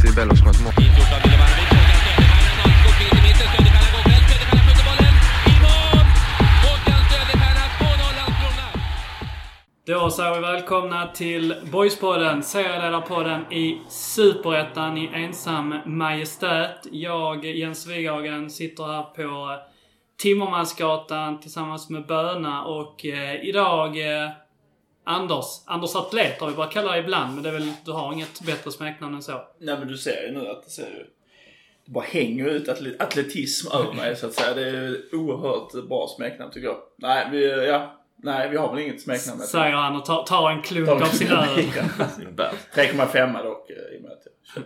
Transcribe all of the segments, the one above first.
Bello som har ett mål. Då säger vi välkomna till Boyspodden, serieledarpodden i Superettan i ensam majestät. Jag, Jens Wighagen, sitter här på Timmermansgatan tillsammans med Böna och idag Anders Atlet har vi bara kallar ibland, men det är väl, du har inget bättre smeknamn än så. Nej, men du ser ju nu att det bara hänger ut atletism över mig så att säga. Det är oerhört bra smeknamn tycker jag. Nej, vi har väl inget smeknamn. Säger han och tar en klunk av sin öl. 3,5 dock i och med att jag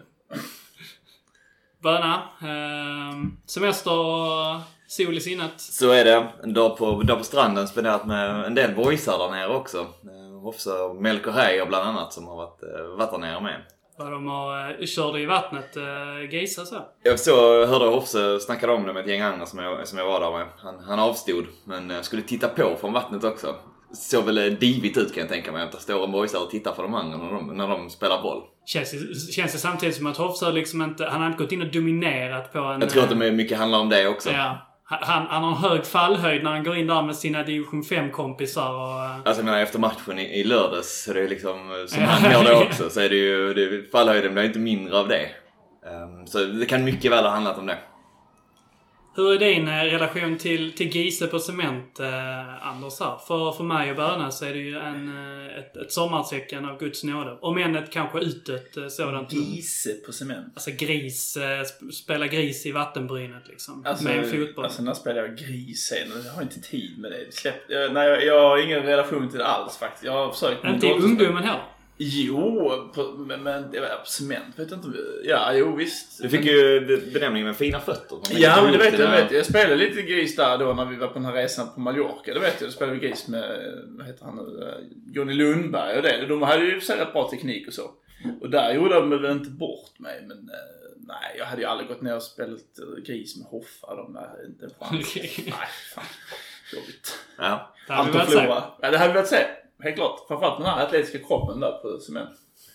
Böna, semester och sol i sinnet. Så är det. En dag på stranden spenderat med en del boysar där nere också. Hofsa och Melker Heier bland annat som har varit där nere med. Vad de körde i vattnet, Gisa så. Jag hörde Hofsa snackade om det med ett gäng andra som jag var där med. Han avstod men skulle titta på från vattnet också. Så väl divigt ut kan jag tänka mig att det står en boysar och tittar på de andra när de spelar boll. Känns det samtidigt som att Hofsa liksom inte, han har inte gått in och dominerat på en... Jag tror att det mycket handlar om det också. Ja. Han har en hög fallhöjd när han går in där med sina division 5-kompisar och... Alltså jag menar, efter matchen i lördags så det är liksom, som han gör det också, så är det ju, fallhöjden blir inte mindre av det. Så det kan mycket väl ha handlat om det. Hur är din relation till Gise på cement, Anders här? För mig och Böna så är det ju ett sommarsäcken av Guds nåde. Om än ett kanske utåt sådant. Gise på cement? Alltså spela gris i vattenbrynet liksom. Alltså, med fotboll. Alltså när spelar jag gris sen? Jag har inte tid med det. Jag har ingen relation till det alls faktiskt. Jag har försökt... Inte i ungdomen heller. Jo, men det var cement, vet jag inte. Ja, jo visst. Du fick ju benämningen med fina fötter. Ja, men det vet jag. Jag spelade lite gris där då när vi var på den här resan på Mallorca. Det vet jag. Då spelade vi gris med, vad heter han nu? Johnny Lundberg och det. De hade ju så rätt bra teknik och så. Och där gjorde de väl inte bort mig. Men nej, jag hade ju aldrig gått ner och spelat gris med Hoffa. De där inte fanns. Nej, fan. Jobbigt. Ja. Allt att förlora. Ja, det hade vi velat se. Helt klart. Framförallt med den här atletiska kroppen där på cement.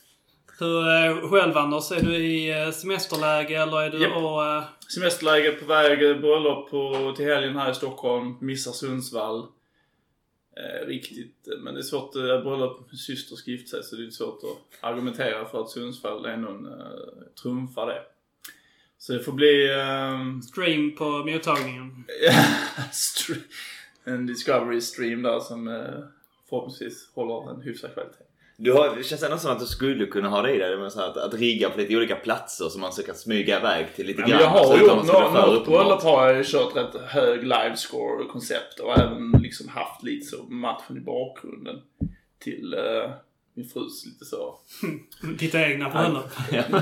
Hur själv Anders? Är du i semesterläge eller är du och... Semesterläge på väg, bröllop till helgen här i Stockholm. Missar Sundsvall. Riktigt. Men det är svårt. Bröllop med syster ska gifta sig så det är svårt att argumentera för att Sundsvall är någon trumfar det. Så det får bli... stream på mottagningen. En Discovery stream där som... förhoppningsvis håller en hyfsad kvalitet. Det känns ändå som att du skulle kunna ha det i det. Att rigga på lite olika platser som man så kan smyga iväg till lite grann. Jag har ju något bröllop har jag kört rätt hög livescore-koncept och även liksom haft lite så matchen i bakgrunden till min frus lite så. Ditt egna bröllop.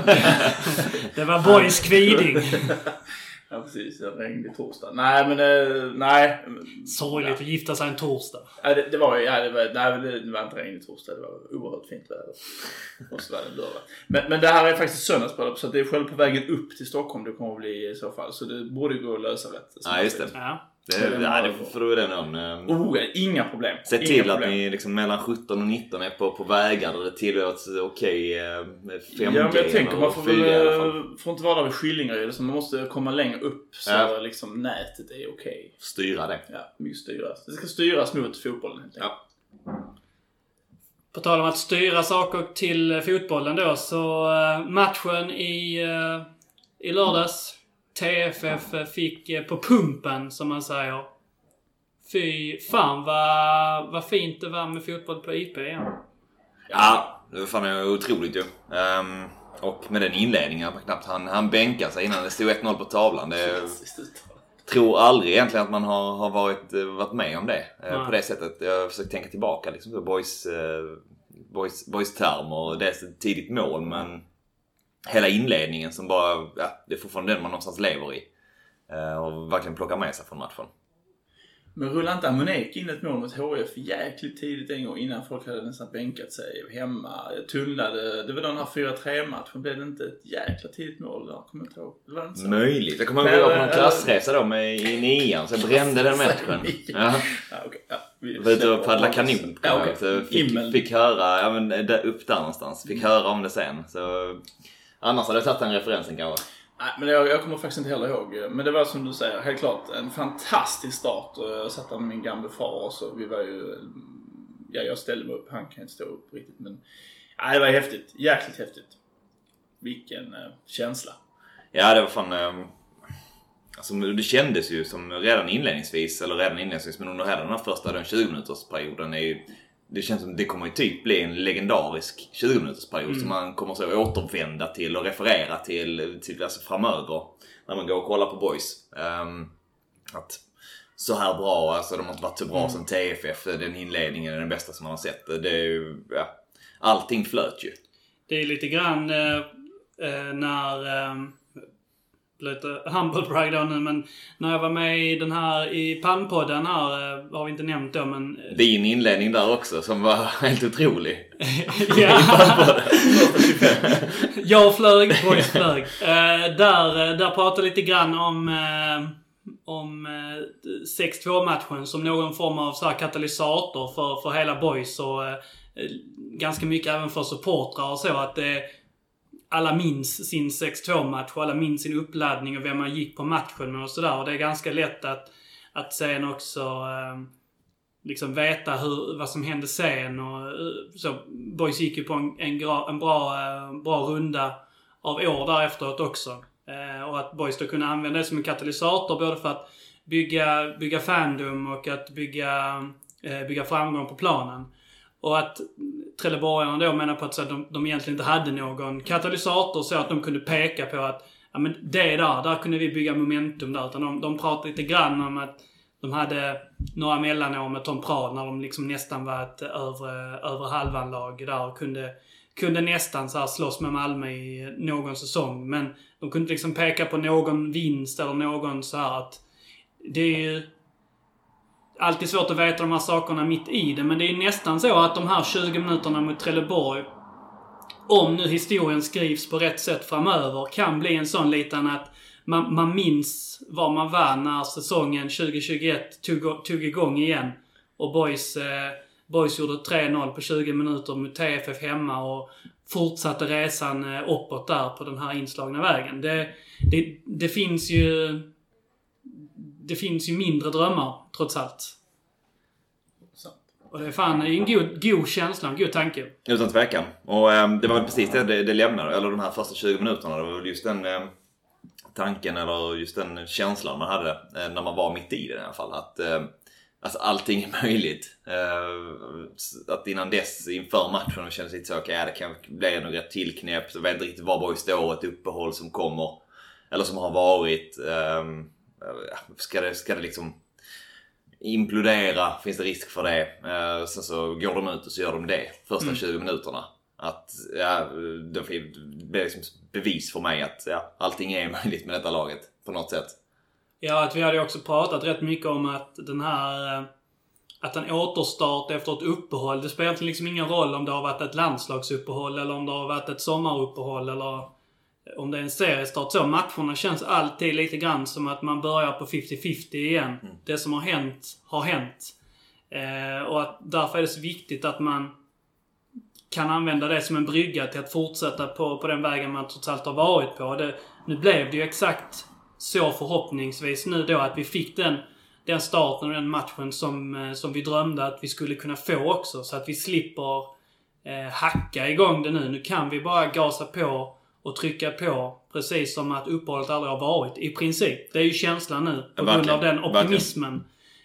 Det var Boys Kviding. Ja, precis. Jag ringde torsdag. Nej, men nej. Sorgligt att gifta sig en torsdag. Det var inte regn i torsdag. Det var oerhört fint väder. Och så var det lördag. Men det här är faktiskt söndagsbröllop så det är själv på vägen upp till Stockholm det kommer att bli i så fall. Så det borde gå att lösa rätt. Ja, just det. Ja. Det får du det någon... inga problem. Se till att ni liksom mellan 17 och 19 är på vägar där det tillåts okej 5G. Ja, men jag tänker man får inte vara där vid Skillingaryd så man måste komma längre upp så liksom nätet är okej. Styra det. Ja, mycket styras. Det ska styras mot fotbollen helt enkelt. Ja. På tal om att styra saker till fotbollen då så matchen i lördags TFF fick på pumpen som man säger. Fy fan vad fint det var med fotboll på IP igen. Ja, det var fan otroligt ju. Och med den inledningen knappt han bänkade sig innan det stod 1-0 på tavlan. Tror aldrig egentligen att man har varit med om det på det sättet. Jag har försökt tänka tillbaka liksom på boys termer och det är ett tidigt mål men hela inledningen som bara det är fortfarande den man någonstans lever i och verkligen plockar med sig från matchen. Men rullade inte Amonek in ett mål mot HF jäkligt tidigt en gång innan folk hade nästan bänkat sig hemma. Tunnlade, det var den här 4-3-matchen. Blev det inte ett jäkla tidigt mål där? Kommer jag inte ihåg. Det var inte så. Möjligt. Jag kommer ihåg på någon klassresa då i 9 så jag brände den matchen. Ja. Okay. Ja, vi var ute och paddla kanon. Så fick höra, upp där någonstans. Fick höra om det sen. Så Annars hade jag tagit den referensen kanske. Nej, men jag kommer faktiskt inte heller ihåg. Men det var som du säger, helt klart en fantastisk start. Jag satt där med min gamla far och så. Vi var ju... Ja, jag ställde mig upp. Han kan inte stå upp riktigt. Men nej, det var häftigt. Jäkligt häftigt. Vilken känsla. Ja, det var fan... Alltså, det kändes ju som redan inledningsvis, men under hela den här första 20-minutersperioden är ju... Det känns som det kommer ju typ bli en legendarisk 20-minutersperiod som man kommer så återvända till och referera till alltså framöver när man går och kollar på Boys. Att så här bra, alltså de har inte varit så bra som TFF, den inledningen är den bästa som man har sett. Det är ju, ja, allting flöt ju. Det är lite grann när... lite humble brag då nu, men när jag var med i den här i Pannpodden här har vi inte nämnt då, men din inledning där också som var helt otrolig. Ja. Jag flög, Boys flög. Där pratade lite grann om 6-2-matchen som någon form av så här katalysator för hela Boys och ganska mycket även för supportrar och så, att alla minns sin 6-2-match och alla minns sin uppladdning och vem man gick på matchen med och sådär. Och det är ganska lätt att sen också liksom veta vad som hände sen. Och så Boys gick ju på en bra runda av år där efteråt också. Och att Boys då kunde använda det som en katalysator både för att bygga fandom och att bygga framgång på planen. Och att Trelleborgarna då menar på att de egentligen inte hade någon katalysator så att de kunde peka på att ja, men det där kunde vi bygga momentum där. Utan de pratade lite grann om att de hade några mellanår med Tom Prad när de liksom nästan var ett övre halvanlag där och kunde nästan så här slåss med Malmö i någon säsong. Men de kunde liksom peka på någon vinst eller någon så här att det är ju alltid svårt att veta de här sakerna mitt i det. Men det är nästan så att de här 20 minuterna mot Trelleborg, om nu historien skrivs på rätt sätt framöver, kan bli en sån liten att man minns var man var när säsongen 2021 tog igång igen. Och Boys gjorde 3-0 på 20 minuter mot TFF hemma och fortsatte resan uppåt där på den här inslagna vägen. Det finns ju... Det finns ju mindre drömmar, trots allt. Och det är fan en god känsla, en god tanke. Utan tvekan. Och det var väl precis det lämnade, eller de här första 20 minuterna. Det var väl just den tanken, eller just den känslan man hade när man var mitt i det i alla fall. Att alltså, allting är möjligt. Att innan dess, inför matchen, det kändes lite så okej, det kan bli några tillknäpp. Så vet inte riktigt var Boys står, ett uppehåll som kommer. Eller som har varit... Ska det liksom implodera? Finns det risk för det? Sen så går de ut och så gör de det första 20 minuterna. Att det blir liksom bevis för mig att allting är möjligt med detta laget på något sätt. Ja, att vi hade också pratat rätt mycket om att att en återstart efter ett uppehåll, det spelar liksom ingen roll om det har varit ett landslagsuppehåll eller om det har varit ett sommaruppehåll eller om det är en seriestart. Så matcherna känns alltid lite grann som att man börjar på 50-50 igen. Det som har hänt. Och att därför är det så viktigt att man kan använda det som en brygga till att fortsätta på den vägen man trots allt har varit på. Nu blev det ju exakt så förhoppningsvis nu då att vi fick den starten och den matchen som vi drömde att vi skulle kunna få också. Så att vi slipper hacka igång det nu. Nu kan vi bara gasa på och trycka på, precis som att uppehållet aldrig har varit. I princip. Det är ju känslan nu. På grund av den optimismen.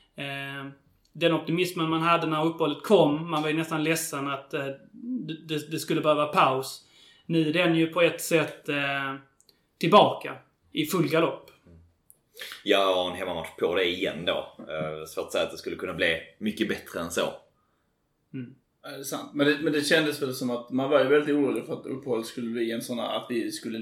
Den optimismen man hade när uppehållet kom. Man var ju nästan ledsen att det skulle behöva paus. Nu är den ju på ett sätt tillbaka. I full galopp. Jag har en hemmamatch på det igen då. Svårt att säga att det skulle kunna bli mycket bättre än så. Ja, det är sant. Men det kändes väl som att man var ju väldigt orolig för att uppehåll skulle bli en sån att vi skulle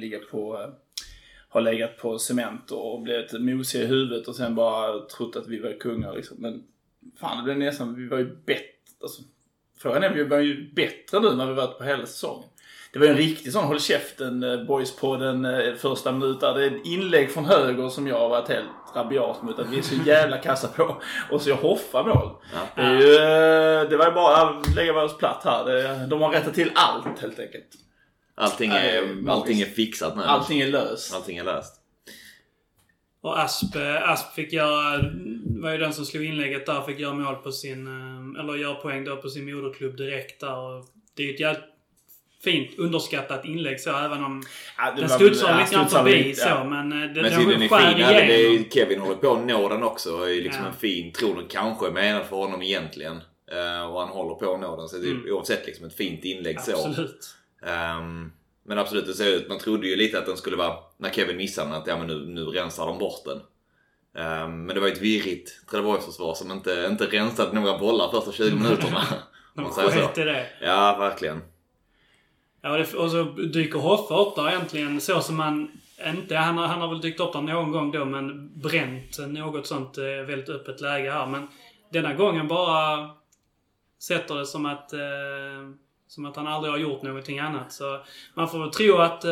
ha legat på cement och blivit mosiga i huvudet och sen bara trott att vi var kungar liksom. Men fan, det blev nästan, vi var ju bättre. Alltså, frågan är, vi var ju bättre nu när vi varit på hela säsongen. Det var ju en riktig sån håll käften boys på den första minuten. Det är ett inlägg från höger som jag har varit helt rabiat mot att vi är så jävla kassa på. Och så jag hoffar mål. Ja. Det var ju bara att lägga oss platt här. De har rättat till allt helt enkelt. Allting är fixat nu. Allting är löst. Och Asp fick göra, var ju den som slog inlägget där, fick göra mål på sin, eller göra poäng då på sin moderklubb direkt där. Och det är ju ett jävligt fint underskattat inlägg så, även om den studsar lite grann förbi så, men den skär igenom. Kevin håller på att nå den också, och är liksom en fin, tror den kanske är menad för honom egentligen. Och han håller på att nå den, så det är oavsett liksom ett fint inlägg. Absolut. Så. Men absolut, det ser ut, man trodde ju lite att den skulle vara, när Kevin missade den, att nu rensar de bort den. Men det var ett virrigt Trelleborgsförsvar som inte rensade några bollar första 20 minuterna. De sket i det. Ja, verkligen. Ja, och så dyker Hoffa upp där egentligen så som man inte, han har väl dykt upp där någon gång då, men bränt något sånt väldigt öppet läge här. Men denna gången bara sätter det som att han aldrig har gjort någonting annat. Så man får väl tro att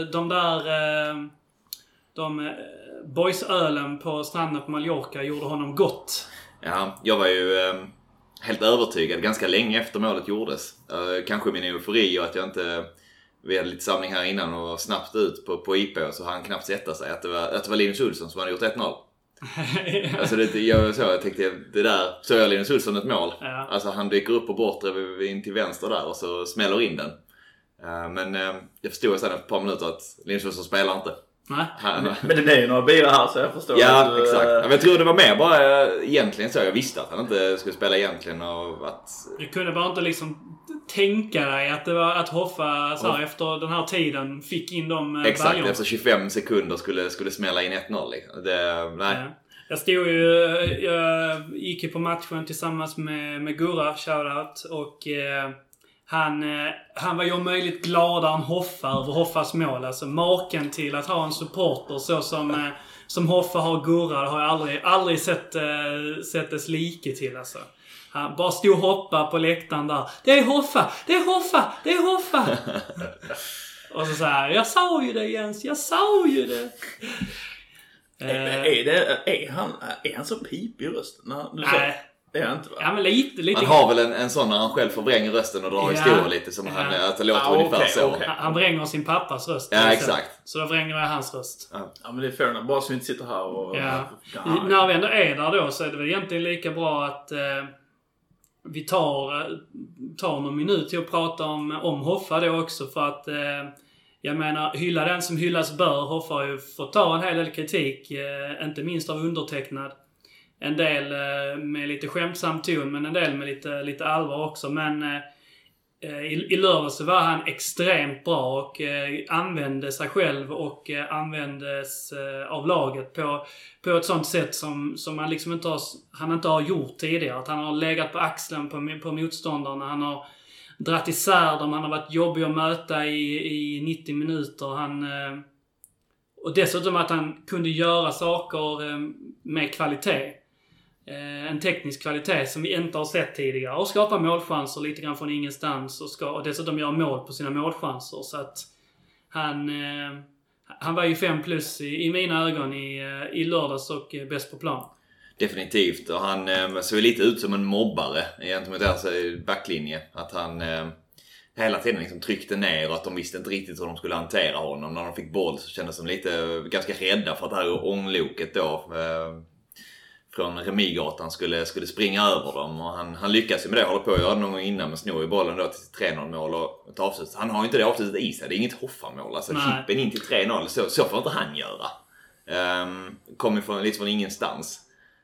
de boysölen på stranden på Mallorca gjorde honom gott. Ja, jag var ju helt övertygad ganska länge efter målet gjordes. Kanske min eufori och att jag inte, vi hade lite samling här innan och snabbt ut på IP, så han knappt sätta sig att det var Linus Olsson som hade gjort 1-0. Alltså jag tänkte, det där så jag Linus Olsson ett mål. Ja. Alltså han dyker upp på bortre in till vänster där och så smäller in den. Men jag förstod sedan ett par minuter att Linus Olsson spelar inte. Nej. Men det är ju några bilar här, så jag förstår. Ja, exakt. Men jag tror det var mer bara egentligen så. Jag visste att han inte skulle spela egentligen, och att... Du kunde bara inte liksom tänka dig att det var att Hoffa så här, efter den här tiden fick in de exakt, baljorna. efter 25 sekunder skulle smälla in 1-0 liksom. Nej. Ja. Jag gick ju på matchen tillsammans med Gurra, shoutout, och han var ju om möjligt gladare än Hoffa över Hoffas mål. Alltså maken till att ha en supporter så som Hoffa har Gurra har jag aldrig sett dess like till alltså. Han bara stod och hoppa på läktaren där. Det är Hoffa! Det är Hoffa! Det är Hoffa! Och så här, jag sa ju det Jens, jag sa ju det. Är han så pipig i rösten? Nej. Det är han inte, va? Ja, men lite. Man har väl en sån när han själv förvränger rösten och drar historier lite som att det låter ungefär så. Okay. Han vränger sin pappas röst. Ja, exakt. Så då vränger jag hans röst. Ja, men det är fair enough. Bara så vi inte sitter här och... Ja. När vi ändå är där då, så är det väl egentligen lika bra att vi tar någon minut till att prata om Hoffa då också, för att jag menar, hylla den som hyllas bör. Hoffa har ju fått ta en hel del kritik, inte minst av undertecknad. En del med lite skämtsam ton, men en del med lite allvar också. Men i lördag så var han extremt bra och använde sig själv och användes av laget på ett sånt sätt som man liksom inte har gjort tidigare. Att han har legat på axeln på motståndarna. Han har dratt isär dem. Han har varit jobbig att möta i 90 minuter. Och dessutom att han kunde göra saker med kvalitet. En teknisk kvalitet som vi inte har sett tidigare. Och skapa målchanser lite grann från ingenstans. Och dessutom göra mål på sina målchanser. Så att han var ju 5+ i mina ögon i lördags och bäst på plan. Definitivt. Och han såg lite ut som en mobbare gentemot deras backlinje. Att han hela tiden liksom tryckte ner och att de visste inte riktigt hur de skulle hantera honom. När de fick boll så kändes de lite ganska rädda för att det här ångloket då från Remigatan skulle springa över dem. Och han lyckas ju med det. Håller på att göra någon gång innan med snor i bollen då till 3-0-mål och ett avslut. Han har ju inte det avslutet i sig. Det är inget Hoffa-mål. Alltså chippen in till 3-0. Så får inte han göra. Kommer lite från ingenstans.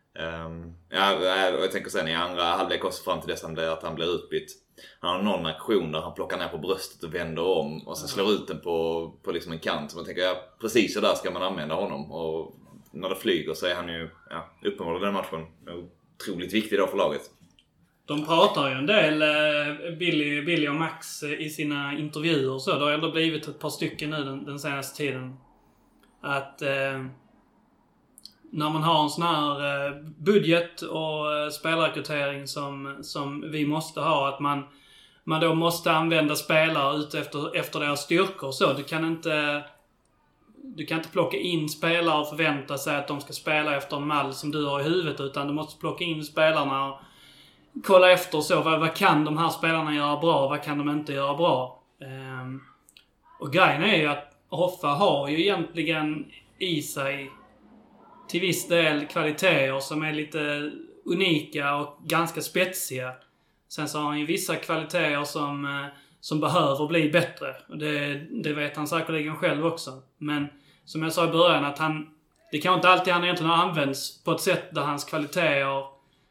Jag tänker sen i andra halvlek också fram till dess att han blir utbytt. Han har någon aktion där han plockar ner på bröstet och vänder om och sen slår ut den på liksom en kant. Så man tänker, precis så där ska man använda honom. Och när det flyger så är han ju uppenbarligen den matchen otroligt viktig då för laget. De pratar ju en del, Billy och Max, i sina intervjuer och så. Det har ändå blivit ett par stycken nu den senaste tiden. Att när man har en sån här budget och spelrekrytering som vi måste ha, att man då måste använda spelare ut efter deras styrkor. Så du kan inte plocka in spelare och förvänta sig att de ska spela efter en mall som du har i huvudet, utan du måste plocka in spelarna och kolla efter så vad kan de här spelarna göra bra, vad kan de inte göra bra. Och grejen är ju att Hoffa har ju egentligen i sig till viss del kvaliteter som är lite unika och ganska spetsiga. Sen så har han ju vissa kvaliteter som behöver bli bättre. Och det vet han säkerligen själv också. Men som jag sa i början, att det kan inte alltid han egentligen används på ett sätt där hans kvaliteter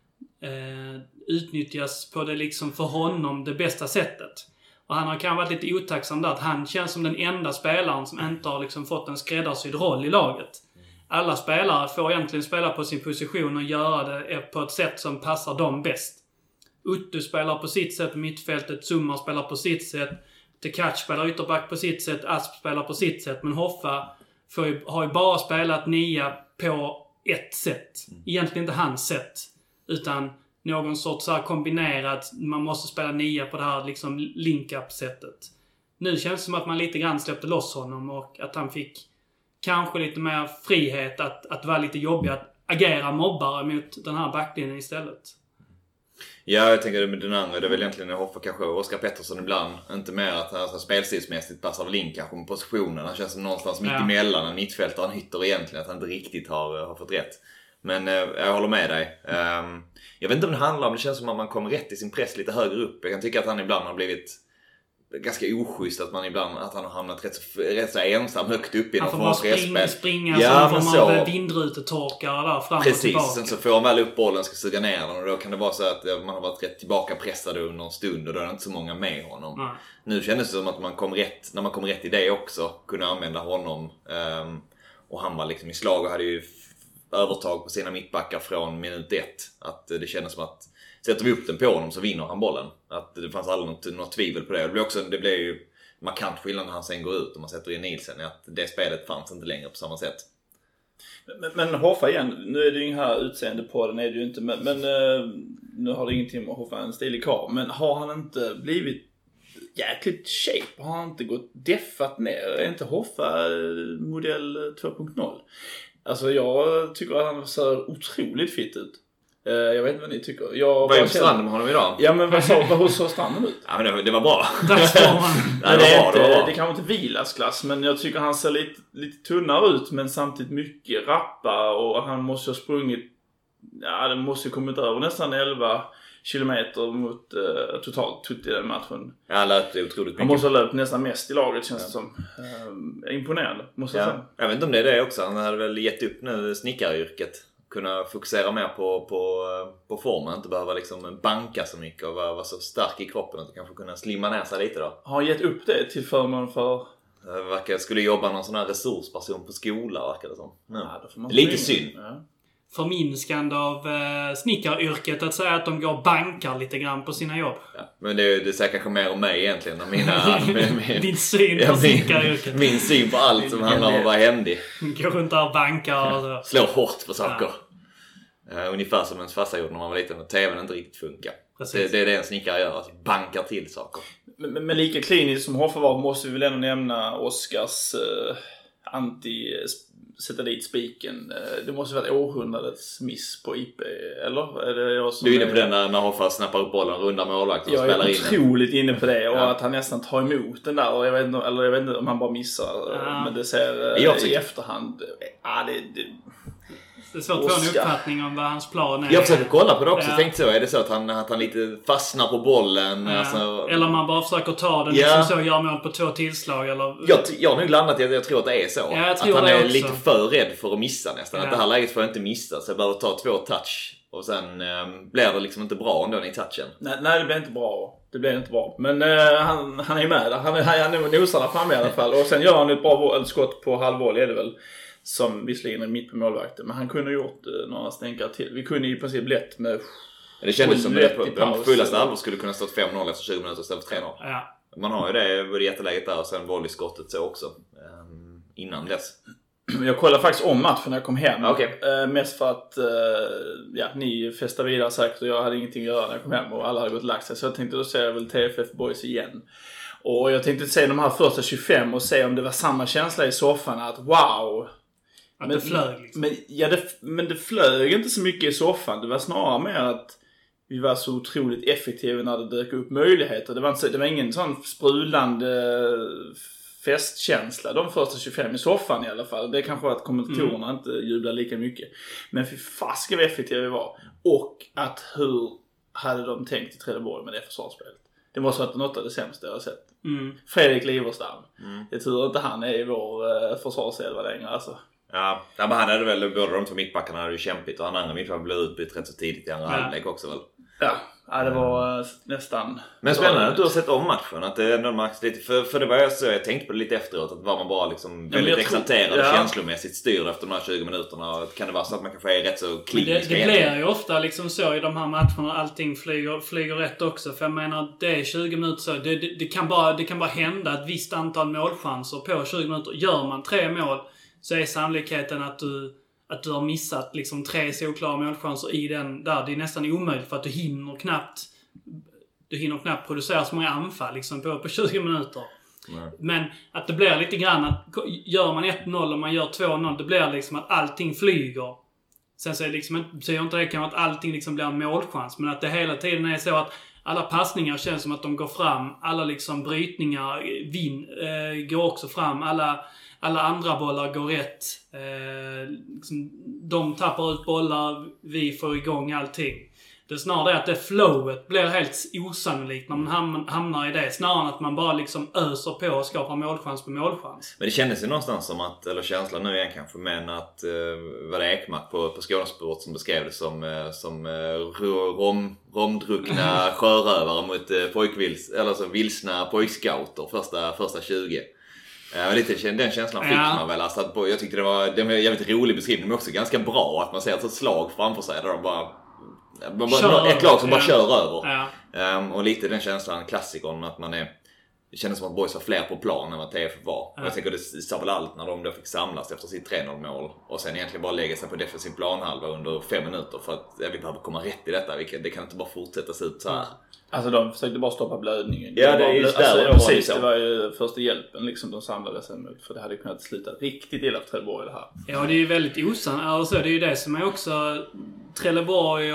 utnyttjas på det liksom för honom det bästa sättet. Och han har kanske varit lite otacksam där, att han känns som den enda spelaren som inte har liksom fått en skräddarsydd roll i laget. Alla spelare får egentligen spela på sin position och göra det på ett sätt som passar dem bäst. Uttu spelar på sitt sätt, mittfältet, Summar spelar på sitt sätt, Tekac spelar ytterback på sitt sätt, Asp spelar på sitt sätt, men Hoffa har ju bara spelat 9 på ett sätt. Egentligen inte hans sätt, utan någon sorts så här kombinerat, man måste spela 9 på det här liksom link-up-sättet. Nu känns det som att man lite grann släppte loss honom och att han fick kanske lite mer frihet att vara lite jobbig, att agera mobbare mot den här backlinjen istället. Ja, jag tänker med den andra, det är väl egentligen Hoffa kanske Oskar Pettersson ibland. Inte mer att han spelstilsmässigt passar väl in kanske med positionen. Han känns som någonstans mitt emellan en mittfältare och en hytter egentligen, att han inte riktigt har fått rätt. Men jag håller med dig. Jag vet inte om det handlar om, det känns som att man kommer rätt i sin press lite högre upp. Jag kan tycka att han ibland har blivit ganska oschysst, att han har hamnat rätt så ensam högt upp i någon form av spelspel. Han får springa som form av vindrutetorkare där fram och tillbaka. Precis, sen så får han väl upp bollen, ska suga ner den, och då kan det vara så att man har varit rätt tillbaka pressad under en stund och då är det inte så många med honom. Nu kändes det som att man kom rätt, när man kom rätt i det också, kunde använda honom, och han var liksom i slag och hade ju övertag på sina mittbackar från minut 1. Att det kändes som att sätter vi upp den på honom så vinner han bollen. Att det fanns aldrig något tvivel på det. Det blev ju markant skillnad när han sen går ut och man sätter in Nielsen. Att det spelet fanns inte längre på samma sätt. Men Hoffa igen, nu är det ju inga här utseende på den, är det ju inte. Men nu har det ingenting med Hoffa en stilig karl. Men har han inte blivit jäkligt shape? Har han inte gått deffat ner? Är inte Hoffa modell 2.0? Alltså jag tycker att han ser otroligt fit ut. Jag vet inte vad ni tycker. Vad är stranden med honom idag? Ja, men hur såg stranden ut? Ja, men det var bra. Det kanske inte vilasklass, men jag tycker han ser lite tunnare ut, men samtidigt mycket rappa, och han måste ha sprungit, det måste ju kommit över nästan 11 kilometer mot totalt i den matchen. Ja, han löpte otroligt mycket. Han måste ha löpt nästan mest i laget, känns det som. Imponerande, måste jag säga. Jag vet inte om det är det också. Han hade väl gett upp nu snickaryrket. Kunna fokusera mer på formen. Inte behöva liksom banka så mycket och vara så stark i kroppen att kanske kunna slimma ner sig lite då. Har han gett upp det till förmån för... Jag skulle jobba någon sån här resursperson på skola, verkar det som. Lite synd. Ja. Förminskande av snickaryrket att säga att de går och bankar lite grann på sina jobb. Ja, men det säger kanske mer om mig egentligen. Din syn på snickaryrket. Min syn på allt som handlar om att vara händig. Går runt där och bankar och så. Slår hårt på saker. Ungefär som ens farsa gjorde när man var liten och tvn inte riktigt funkar. Det är det en snickare gör, att bankar till saker. Men lika kliniskt som Hoffa var måste vi väl ändå nämna Oskars sätta dit spiken. Det måste vara ett århundradets miss på IP, eller? Är det jag som du är inne på den när Hoffa snappar upp bollen, rundar målvakten och spelar in den? Jag är otroligt inne på det, och att han nästan tar emot den där, och jag vet inte om han bara missar, men det ser i efterhand. Det är svårt att få en uppfattning om vad hans plan är. Jag försöker kolla på det också. Tänkte så, är det så att han lite fastnar på bollen? Alltså... Eller man bara försöker ta den liksom så, gör mål på 2 tillslag eller... Jag har nu landat i att jag tror att det är så. Att han är lite för rädd för att missa nästan. Att det här läget får jag inte missa, så jag behöver ta 2 touch. Och sen blir det liksom inte bra ändå i touchen. Nej, det blir inte bra. Det blir inte bra. Men han är med där. Han är nosar där framme i alla fall. Och sen gör han ett bra skott på halvvolley, är det väl. Som visserligen är mitt på målvakten. Men han kunde gjort några stänkare till. Vi kunde i princip lätt med... Det kändes som det på fullaste allvar skulle kunna stått 5-0 efter 20 minuter istället för 3-0. Ja. Man har ju det både jätteläget där och sen volleyskottet så också. Innan dess. Jag kollade faktiskt om matchen när jag kom hem. Okay. Mest för att ni festade vidare säkert och jag hade ingenting att göra när jag kom hem och alla hade gått och lagt sig. Så jag tänkte då ser jag väl TFF Boys igen. Och jag tänkte se de här första 25 och se om det var samma känsla i soffan att wow. Att det flög liksom. Men det flög inte så mycket i soffan. Det var snarare mer att vi var så otroligt effektiva när det dök upp möjligheter. Det var ingen sån sprudlande festkänsla de första 25 i soffan i alla fall. Det kanske var att kommentatorerna inte jublar lika mycket. Men fy fasiken vad effektiva vi var. Och att hur hade de tänkt i Trelleborg med det försvarsspelet. Det var så att något av det sämsta jag har sett. Fredrik Liverstam. Jag tror inte han är i vår försvarselva längre alltså. Ja, men han hade väl, båda de två mittbackarna hade ju kämpigt och han andra mittbacken blev utbytt rätt så tidigt i andra halvlek också väl. Ja, det var nästan... Men spännande att du har sett om matchen. Att det ändå märks lite... För det var jag tänkte på det lite efteråt. Att var man bara liksom väldigt exalterad och känslomässigt styrd efter de här 20 minuterna. Kan det vara så att man kanske är rätt så klinisk? Det blir ju ofta liksom så i de här matcherna. Allting flyger rätt också. För jag menar, det är 20 minuter så. Det kan bara hända ett visst antal målchanser på 20 minuter. Gör man 3 mål så är sannolikheten att du har missat liksom 3 solklara målchanser i den där. Det är nästan omöjligt för att du hinner knappt producera så många anfall liksom på 20 minuter. Nej. Men att det blir lite grann att gör man 1-0 och man gör 2-0, det blir liksom att allting flyger. Sen så är det liksom inte det kan vara att allting liksom blir en målchans, men att det hela tiden är så att alla passningar känns som att de går fram. Alla liksom brytningar går också fram. Alla andra bollar går rätt. Liksom, de tappar ut bollar. Vi får igång allting. Det är snarare att det flowet blir helt osannolikt när man hamnar i det. Snarare än att man bara liksom öser på och skapar målchans på målchans. Men det kändes ju någonstans som att, eller känslan nu igen kanske, men att var det Ekmark på Skånesport som beskrev det som romdruckna sjörövare mot vilsna pojkscouter första 20. Den känslan fick man väl. Alltså att jag tyckte det var en jävligt rolig beskrivning, men också ganska bra att man ser ett slag framför sig där de bara ett lag som bara kör över. Och lite den känslan, klassikern, att det kändes som att boys var fler på plan än vad TF var. Och jag tänker det sa väl allt när de då fick samlas efter sitt 3-0 mål och sen egentligen bara lägga sig på defensiv planhalva under 5 minuter för att vi behöver komma rätt i detta. Det kan inte bara fortsätta se ut så här. Alltså de försökte bara stoppa blödningen. Ja, det är just det var ju första hjälpen liksom de samlade sig mot, för det hade kunnat sluta riktigt illa för Trelleborg det här. Ja, det är ju väldigt osannolikt. Alltså, det är ju det som är också Trelleborg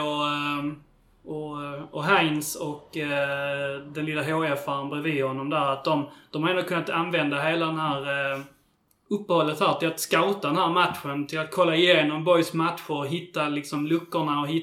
och Heinz och den lilla HF-aren bredvid honom där, att de har ändå kunnat använda hela den här uppehållet här till att scouta den här matchen, till att kolla igenom boys matcher, hitta liksom luckorna och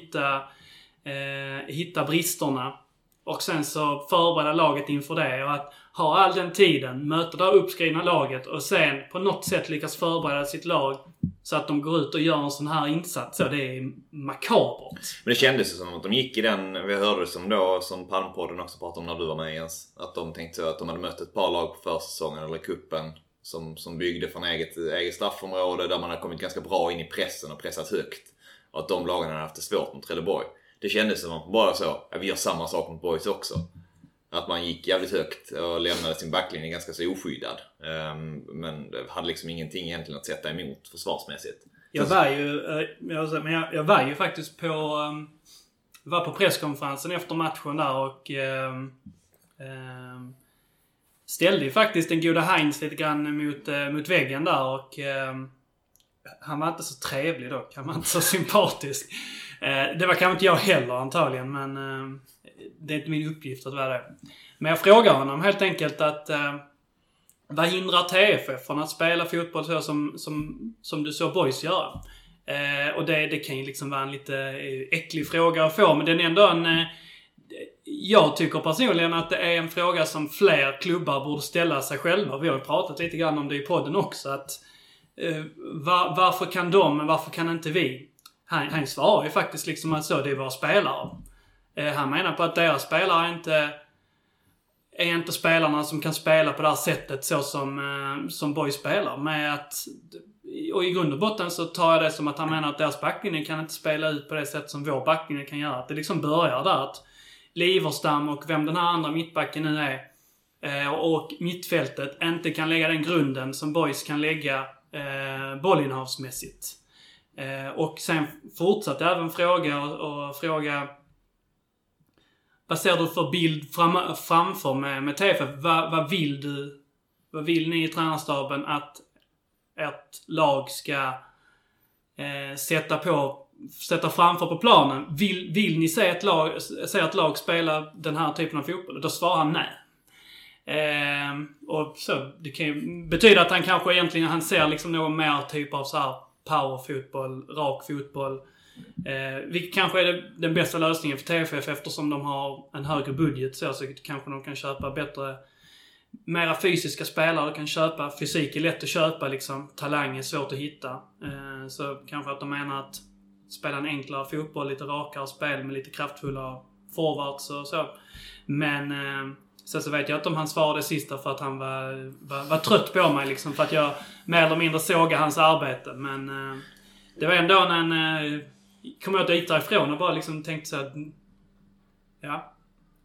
hitta bristerna. Och sen så förbereda laget inför det. Och att ha all den tiden, möta det uppskrivna laget och sen på något sätt lyckas förbereda sitt lag så att de går ut och gör en sån här insats. Så det är makabert. Men det kändes som att de gick i den, vi hörde som Palmpodden också pratade om när du var med Jens, att de tänkte så att de hade mött ett par lag på försäsongen eller kuppen som byggde från eget straffområde där man hade kommit ganska bra in i pressen och pressat högt. Och att de lagen hade haft det svårt mot Trelleborg. Det kändes som att bara så, vi gör samma sak mot boys också. Att man gick jävligt högt och lämnade sin backlinje ganska så oskyddad. Men det hade liksom ingenting egentligen att sätta emot försvarsmässigt. Jag var ju faktiskt på presskonferensen efter matchen där och ställde ju faktiskt den goda Heinz lite grann mot väggen där och han var inte så trevlig dock. Han var inte så sympatisk. Det var kanske inte jag heller antagligen, men det är inte min uppgift att vara det. Men jag frågar honom helt enkelt att vad hindrar TFF från att spela fotboll så som du såg boys göra? Och det kan ju liksom vara en lite äcklig fråga att få, men den är ändå jag tycker personligen att det är en fråga som fler klubbar borde ställa sig själva. Vi har ju pratat lite grann om det i podden också, att varför kan de, men varför kan inte vi? Han svarar ju faktiskt liksom att det är våra spelare. Han menar på att deras spelare är inte spelarna som kan spela på det här sättet så som boys spelar. Och i grund och botten så tar jag det som att han menar att deras backlinje kan inte spela ut på det sätt som vår backlinje kan göra. Att det liksom börjar där att Liverstam och vem den här andra mittbacken nu är och mittfältet inte kan lägga den grunden som boys kan lägga bollinnehavsmässigt. Och sen fortsatte även fråga vad ser du för bild framför med TFF? Vad vill ni i tränarstaben att ert lag ska sätta framför på planen? Vill ni se ett lag spela den här typen av fotboll? Då svarar han nej. Och så, det kan ju betyda att han kanske egentligen han ser liksom någon mer typ av så här powerfotboll, rak fotboll. Vilket kanske är den bästa lösningen för TFF eftersom de har en högre budget så kanske de kan köpa bättre, mera fysiska spelare kan köpa. Fysik är lätt att köpa liksom. Talang är svårt att hitta. Så kanske att de menar att spela en enklare fotboll, lite rakare spel med lite kraftfulla forwards och så. Men så vet jag att om han svarade sista för att han var trött på mig liksom, för att jag mer eller mindre såg hans arbete. Men det var ändå kom jag dit därifrån och bara liksom tänkte så att ja,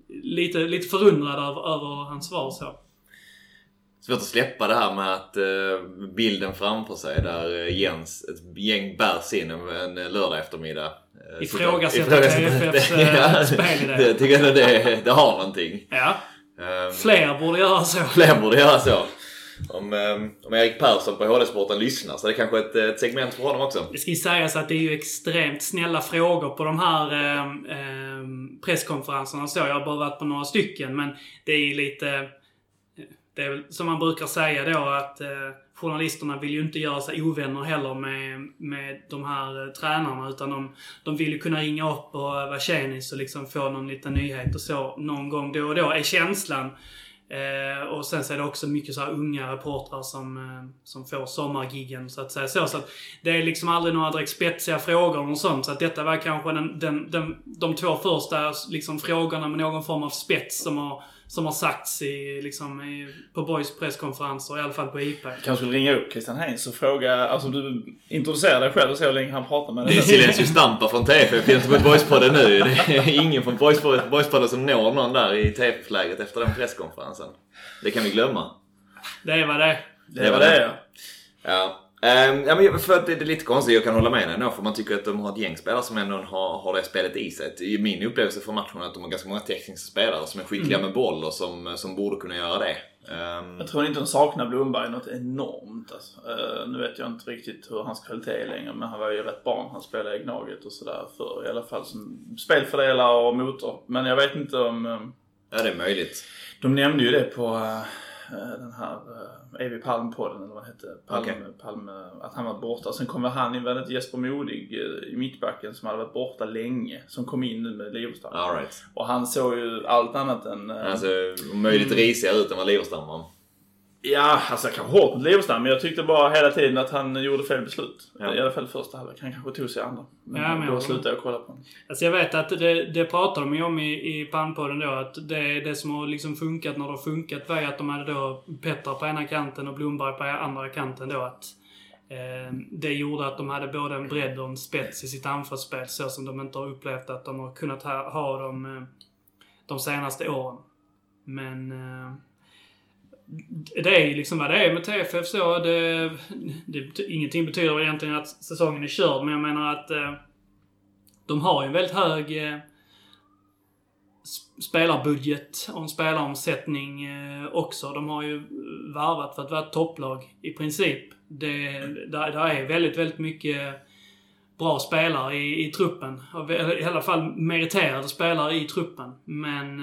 lite förundrad över hans svar så. Svårt att släppa det här med att bilden framför sig där Jens, ett gäng bärs in en lördag eftermiddag. Ifrågasätter TFFs spel i det. Jag tycker att det har någonting. Ja. Fler borde göra så. Fler borde göra så. Om Erik Persson på HD-sporten lyssnar så är det kanske ett segment för honom också. Det ska ju sägas att det är ju extremt snälla frågor på de här presskonferenserna. Så jag har bara varit på några stycken, men det är lite... Det är som man brukar säga då att journalisterna vill ju inte göra sig ovänner heller med de här tränarna, utan de vill ju kunna ringa upp och vara tjenis och liksom få någon liten nyhet och så någon gång då och då är känslan. Och sen så är det också mycket så här unga reportrar som får sommargiggen så att säga så att det är liksom aldrig några direkt spetsiga frågor och sånt, så att detta var kanske de två första liksom frågorna med någon form av spets som har sagts på Boys presskonferenser, i alla fall på IP. Kanske skulle ringa upp Christian Heinz och fråga, alltså du introducerar dig själv och se hur länge han pratar med dig. Det är Silencio Stampa från TFF gentemot Boyspodden nu. Det är ingen från Boyspodden som når någon där i TFF-läget efter den presskonferensen. Det kan vi glömma. Det var det. Det var det, ja. Ja, men för att det är lite konstigt, jag kan hålla med dig nu, för man tycker att de har ett gäng spelare som ändå har det spelet i sig. I min upplevelse för matchen är att de har ganska många tekniska spelare som är skickliga med boll och som borde kunna göra det. Jag tror inte de saknar Blomberg något enormt. Alltså. Nu vet jag inte riktigt hur hans kvalitet är längre, men han var ju rätt barn. Han spelade i Gnaget och sådär för i alla fall som spelfördelare och motor. Men jag vet inte om... Ja, det är möjligt. De nämnde ju det på den här Evi Palm-podden, eller vad hette Palme, att han var borta. Sen kom han in, var Jesper Modig i mittbacken som hade varit borta länge, som kom in nu med Liverstam. All right. Och han såg ju allt annat än... Alltså, möjligt risigare ut än vad Liverstam var. Ja, alltså kanske hårt mot Liverstam, men jag tyckte bara hela tiden att han gjorde fel beslut. Ja. I alla fall första halvlek. Han kanske tog sig andra. Men då slutade jag kolla på honom. Alltså jag vet att det pratade de ju om i Palmpodden då, att det som har liksom funkat när det har funkat var att de hade då Petter på ena kanten och Blomberg på andra kanten då, att det gjorde att de hade både en bredd och en spets i sitt anfallsspel, så som de inte har upplevt att de har kunnat ha de senaste åren. Men det är ju liksom vad det är med TFF så. Ingenting betyder egentligen att säsongen är körd, men jag menar att de har ju en väldigt hög spelarbudget och en spelaromsättning också. De har ju varvat för att vara ett topplag i princip. Där är väldigt, väldigt mycket bra spelare i truppen. I alla fall meriterade spelare i truppen. Men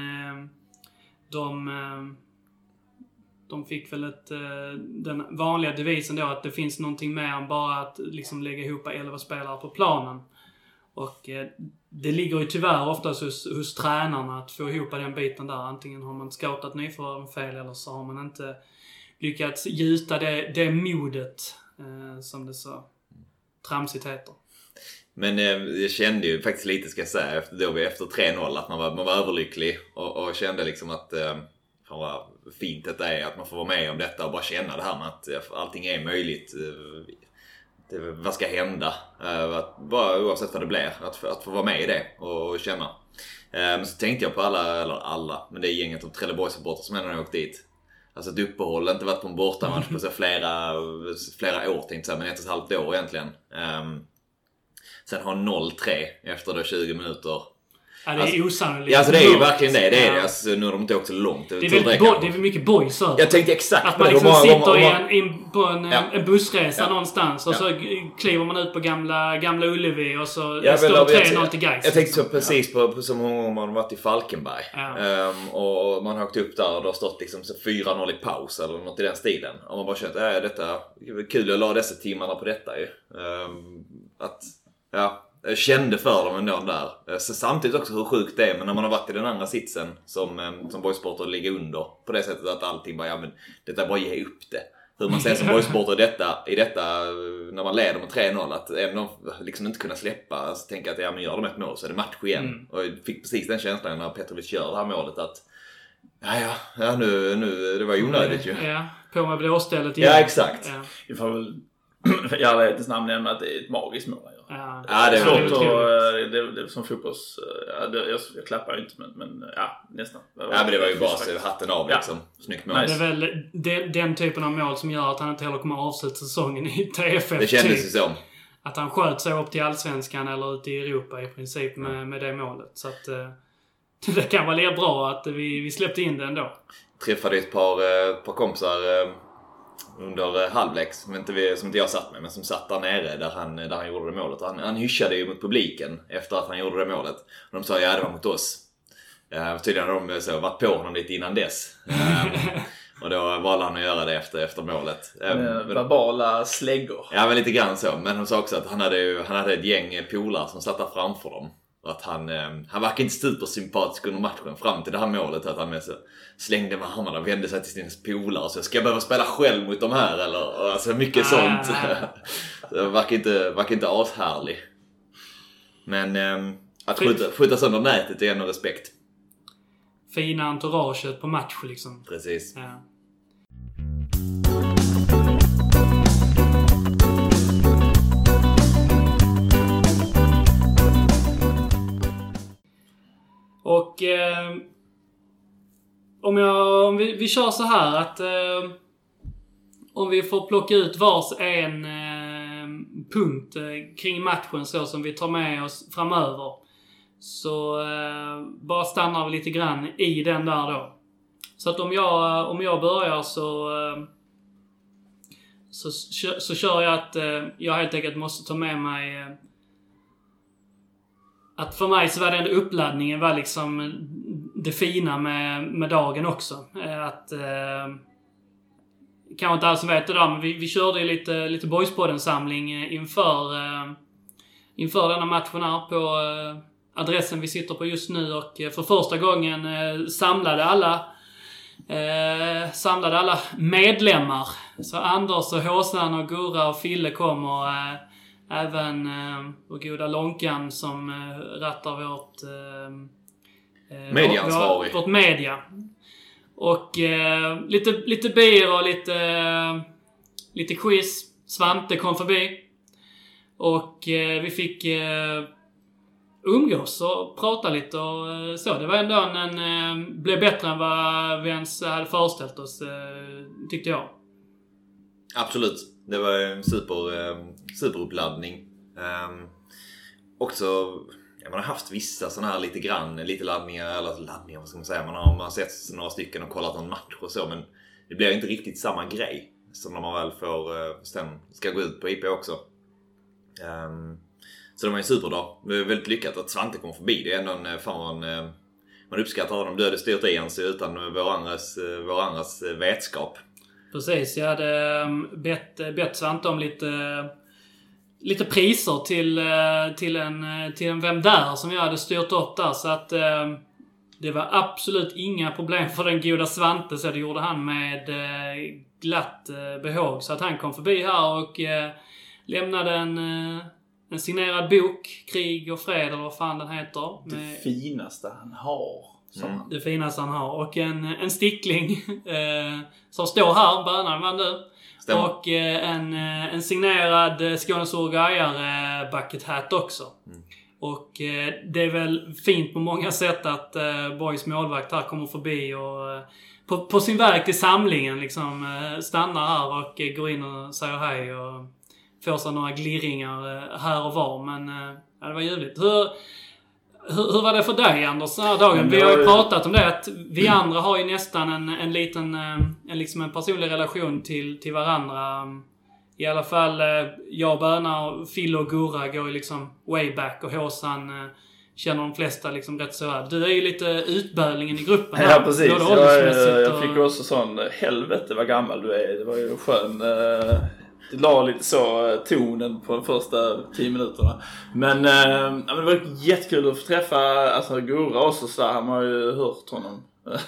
de fick väl den vanliga devisen då, att det finns någonting mer än bara att liksom lägga ihop 11 spelare på planen. Och det ligger ju tyvärr oftast hos tränarna att få ihop den biten där. Antingen har man scoutat nyförvärven fel, eller så har man inte lyckats gjuta det modet som det så tramsigt heter. Men jag kände ju faktiskt lite, ska jag säga, efter 3-0 att man var överlycklig och kände liksom att fan vad fint detta är, att man får vara med om detta och bara känna det här med att allting är möjligt. Vad ska hända? Bara oavsett vad det blir, att få vara med i det och känna. Men så tänkte jag på alla, men det är gänget av Trelleborgssupportrar som ändå har åkt dit. Alltså ett uppehåll, inte varit på en bortamatch på så flera år, tänkte jag, men 1,5 år egentligen. Sen har 0-3 efter då 20 minuter. Ja, det är osannolikt. Ja, alltså det är ju verkligen det. Det är det. Alltså, nu har de inte åkt så långt. Det är väl mycket boys över. Jag tänkte exakt att man liksom sitter på en bussresa någonstans och så kliver man ut på gamla Ullevi och så står det 3-0 till Gais. Jag tänkte så precis på så många gånger man har varit i Falkenberg. Och man har åkt upp där och det har stått liksom så 4-0 i paus eller något i den stilen. Och man bara känt detta är kul att la dessa timmarna på detta ju. Jag kände för dem ändå där. Så samtidigt också hur sjukt det är, men när man har varit i den andra sitsen som boysporter ligger under på det sättet att allting bara, detta är bara ge upp det. Hur man ser som boysporter i detta när man leder med 3-0 att ändå liksom inte kunna släppa, alltså tänka att men gör de ett mål så är det match igen. Och jag fick precis den känslan när Petrovic gör det här målet att nu det var onödigt ju. Ja, på med blåstället igen. Ja, exakt. Ja. Vi får väl i ärlighetens namn nämna att det är ett magiskt mål. Ja, det är svårt och det är som fotbolls... jag klappar ju inte, men nästan. Men det var ju bara hatten av liksom. Snyggt mål. Det är väl den typen av mål som gör att han inte heller kommer avsluta säsongen i TFF. Det kändes ju så. Att han sköt sig upp till Allsvenskan eller ut i Europa i princip med det målet. Så att det kan vara bra att vi släppte in den då. Träffade ett par kompisar under halvlek som inte jag satt med, men som satt där nere där han gjorde det målet. Han hyschade ju mot publiken efter att han gjorde det målet. Och de sa det var mot oss. Tydligen har de så varit på honom lite innan dess. Och då valde han att göra det efter målet. Verbala släggor. Ja, men lite grann så. Men de sa också att han hade ett gäng polare som satt där framför dem. Och att han verkar inte supersympatisk under matchen fram till det här målet. Att han slängde med armarna och vände sig till sin polare. Så ska jag behöva spela själv mot de här? Eller, alltså mycket sånt. Så det verkar inte ashärlig. Men att skjuta sönder nätet är ändå respekt. Fina entouraget på match liksom. Precis. Ja. Och om vi kör så här att om vi får plocka ut vars en punkt kring matchen så som vi tar med oss framöver, så bara stannar vi lite grann i den där då. Så att om jag börjar så kör jag att jag helt enkelt måste ta med mig att för mig så var det ändå uppladdningen var liksom det fina med dagen också. Att kanske inte alls vet det där, men vi körde ju lite Boyspodden-samling inför denna matchen här på adressen vi sitter på just nu, och för första gången samlade alla medlemmar. Så Anders och Håsan och Gurra och Fille kom, och även vår goda Lonkan som rattar vårt media. Och lite bier och lite quiz. Svante kom förbi. Och vi fick umgås och prata lite och så. Det var ändå blev bättre än vad vi ens hade föreställt oss, tyckte jag. Absolut. Det var en superuppladdning. Också, man har haft vissa sådana här lite laddningar, vad ska man säga. Man har sett några stycken och kollat någon match och så, men det blir inte riktigt samma grej som när man väl sen ska gå ut på IP också. Så det var en superdag. Det var väldigt lyckat att Svante kom förbi. Det är ändå man uppskattar honom. Du hade styrt i ens utan vår andras vetskap. Precis, jag hade bett Svante om lite priser till en Vem där som jag hade styrt upp där, så att det var absolut inga problem för den goda Svante, så det gjorde han med glatt behåg. Så att han kom förbi här och lämnade en signerad bok, Krig och fred eller vad fan den heter. Det finaste han har. Det finaste han har. Och en stickling som står här, bönan var nu. Stämmer. Och en signerad Skånes Urugajare bucket hat också. Och det är väl fint på många sätt att Boys målvakt här kommer förbi och på sin väg till samlingen liksom stannar här och går in och säger hej och får sig några glirringar här och var. Men det var ljuvligt. Hur var det för dig, Anders, den här dagen? Vi har ju pratat om det, att vi andra har ju nästan en liten liksom en personlig relation till varandra. I alla fall jag, Böna och Phil och Gurra går ju liksom way back, och Håsan känner de flesta liksom rätt så här. Du är ju lite utbölingen i gruppen. Ja, precis. Jag fick också sån, helvete vad gammal du är. Det var ju skön. Det la lite så tonen på de första 10 minuterna. Men det var jättekul att få träffa alltså, Gurra också. Så han har ju hört honom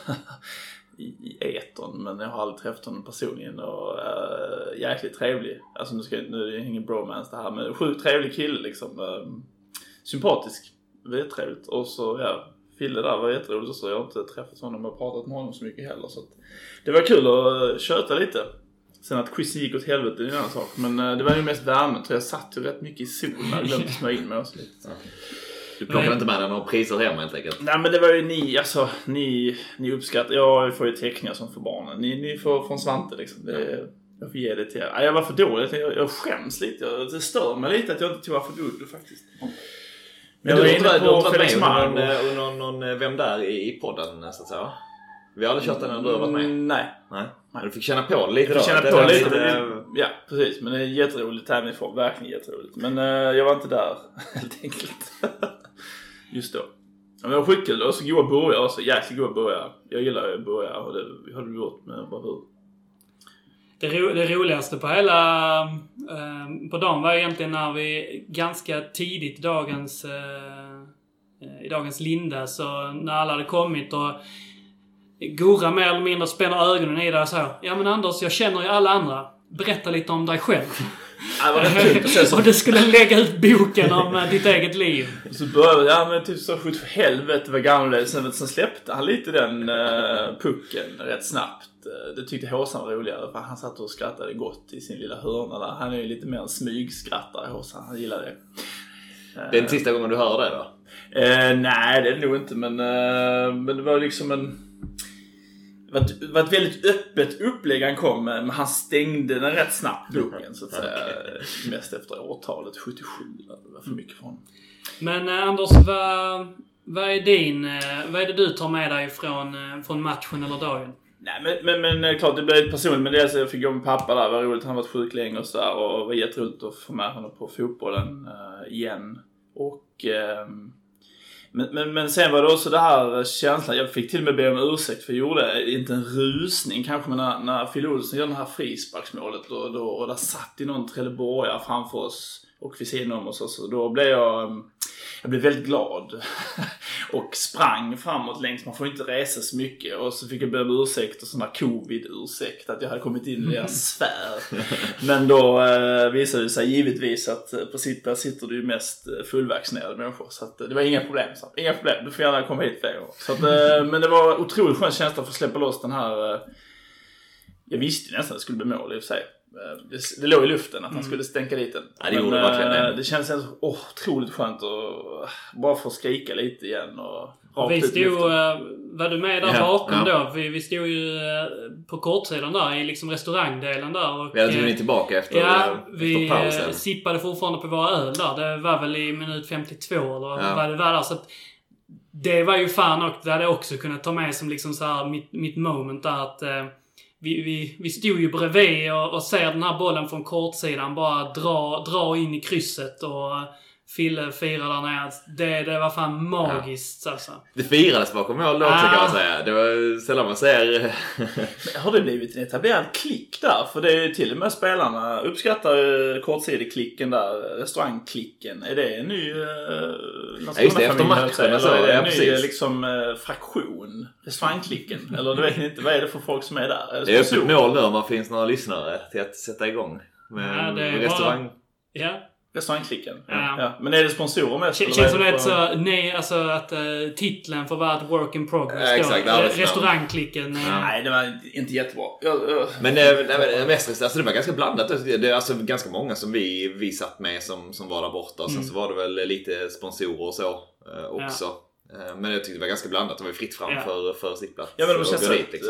i etern, men jag har aldrig träffat honom personligen. Och jäkligt trevlig. Alltså nu är det ingen bromance det här, men sjukt trevlig kille liksom. Sympatisk. Det är trevligt. Och så Fille där var jätteroligt, så jag har inte träffat honom och pratat med honom så mycket heller. Så att det var kul att köta lite. Sen att quizen gick åt helvete är en annan sak. Men det var ju mest värmen. Så jag satt ju rätt mycket i solen. Jag glömde smörja in mig också lite. Du plockade inte med några priser hemma helt enkelt? Nej, men det var ju ni uppskattar. Jag får ju teckningar som för barnen. Ni får från Svante liksom. Jag får ge det till er. Jag var för dålig. Jag skäms lite. Det stör mig lite att jag inte tog av för Uddo faktiskt. Men du har inte varit med någon Vem där i podden så att säga? Vi har aldrig kört den när du har varit med. Nej. Du fick känna på lite då. Ja, precis. Men det är jätteroligt tävlingsform. Verkligen jätteroligt. Men jag var inte där helt enkelt. Just då. Men det var skitkul. Och så goda burgare också. Jäkligt goda burgare. Jag gillar ju burgare. Och det har du gjort med bravur. Det roligaste på hela på dagen var egentligen när vi ganska tidigt i dagens linda, så när alla hade kommit och Gurra mer eller mindre spänner ögonen i där och så. Ja men Anders, jag känner ju alla andra. Berätta lite om dig själv. Och du skulle lägga ut boken om ditt eget liv. Så började men typ så skjut för helvete vad gammal det är. Sen släppte han lite den pucken rätt snabbt. Det tyckte Håsan var roligare, för han satt och skrattade gott i sin lilla hörna där. Han är ju lite mer en smygskrattare, Håsan. Han gillar det. Det är den sista gången du hör det då? Nej, det är det nog inte. Men det var liksom det var ett väldigt öppet upplägg han kom med, men han stängde den rätt snabbt boken så att säga. Mest efter årtalet 77. Det var för mycket för honom. Men Anders, vad är det du tar med dig från matchen eller dagen? Nej, men klart det blev personligt, men det jag fick gå med pappa där, var roligt. Han har varit sjuk länge och så där, och var jätteroligt att få med honom på fotbollen igen. Och men sen var det också det här känslan, jag fick till och med be om ursäkt för jag gjorde inte en rusning kanske, men när Phil Olsson gör det här frisparksmålet och där satt i någon Trelleborgare framför oss och vid sidan om oss, så då blev jag blev väldigt glad och sprang framåt längs. Man får inte resa så mycket, och så fick jag be om ursäkt och sån här covid-ursäkt att jag hade kommit in i deras sfär. Men då visade det sig givetvis att på sitt plats sitter det ju mest fullvaccinerade människor, så att det var inga problem. Inga problem, du får gärna komma hit fler gånger. Så att, men det var otroligt skön känsla för att släppa loss den här. Jag visste ju nästan att det skulle bli mål i och för sig. Det låg i luften att han skulle stänka dit den. Ja, det gjorde det verkligen. Det känns otroligt skönt att bara få skrika lite igen. Och vi stod, var du med där bakom då? Vi stod ju på kortsidan där i liksom restaurangdelen där. Och, vi hade tagit tillbaka efter pausen. Vi sippade fortfarande på våra öl där. Det var väl i minut 52 eller vad det var där. Så att det var ju fan, och det hade jag också kunnat ta med som liksom så här mitt moment där att vi stod ju bredvid och ser den här bollen från kortsidan bara dra in i krysset, och Fille firar där nere. Det var fan magiskt alltså. Det firades bakom mål också kan man säga. Det var sällan man ser. Har det blivit en etablerad klick där? För det är ju till och med spelarna uppskattar kortsideklicken där, restaurangklicken. Är det en ny just det, efter matchen eller är det en ny liksom fraktion? Restaurangklicken? Eller du vet inte, vad är det för folk som är där? Det är öppet mål nu om det finns några lyssnare till att sätta igång med restaurang. Ja. Restaurangklicken. Ja. Men är det sponsorer med? Känns som det så, nej, alltså att titeln får vara ett work in progress. Exakt, restaurangklicken. Nej, det var inte jättebra. Men mest, alltså det var ganska blandat. Det är alltså ganska många som vi satt med som var där borta. Och sen så var det väl lite sponsorer och så också. Men jag tyckte det var ganska blandat. Det var fritt fram för sittplats. Ja, men de känns liksom.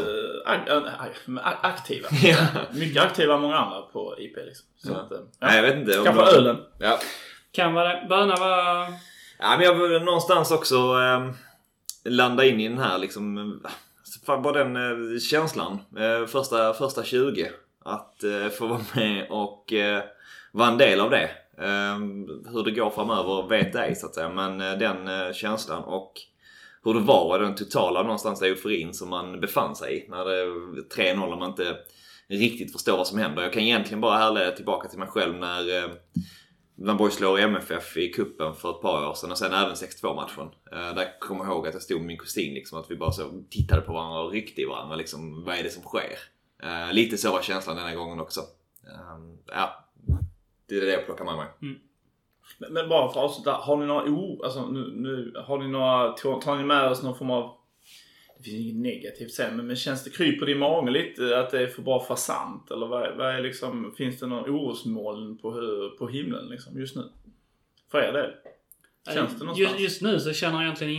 Aktiva. Mycket aktiva än många andra på IP liksom. Så att, nej, jag vet inte. Kanske ölen. Ja. Kan vara det. Böna var... Ja, men jag vill någonstans också landa in i den här liksom, bara den känslan första 20 att få vara med och vara en del av det. Hur det går framöver vet jag så att säga, men den känslan och hur det var den totala någonstans euforin som man befann sig i när det är 3-0 och man inte riktigt förstår vad som händer. Jag kan egentligen bara härleda tillbaka till mig själv när Boys slår MFF i kuppen för ett par år sedan och sen även 6-2-matchen. Där kommer jag ihåg att jag stod med min kusin liksom, att vi bara så tittade på varandra och ryckte i varandra liksom, vad är det som sker? Lite så var känslan den här gången också. Ja, det är det jag plockar med mig. Men bara för oss, har ni några har ni några, tar ni med oss någon form av, det finns inget negativt sen, men känns det kryper i magen lite att det är för bra för sant? Eller vad är liksom, finns det någon orosmoln på himlen liksom just nu? För er del? Känns det någonstans? Just nu så känner jag egentligen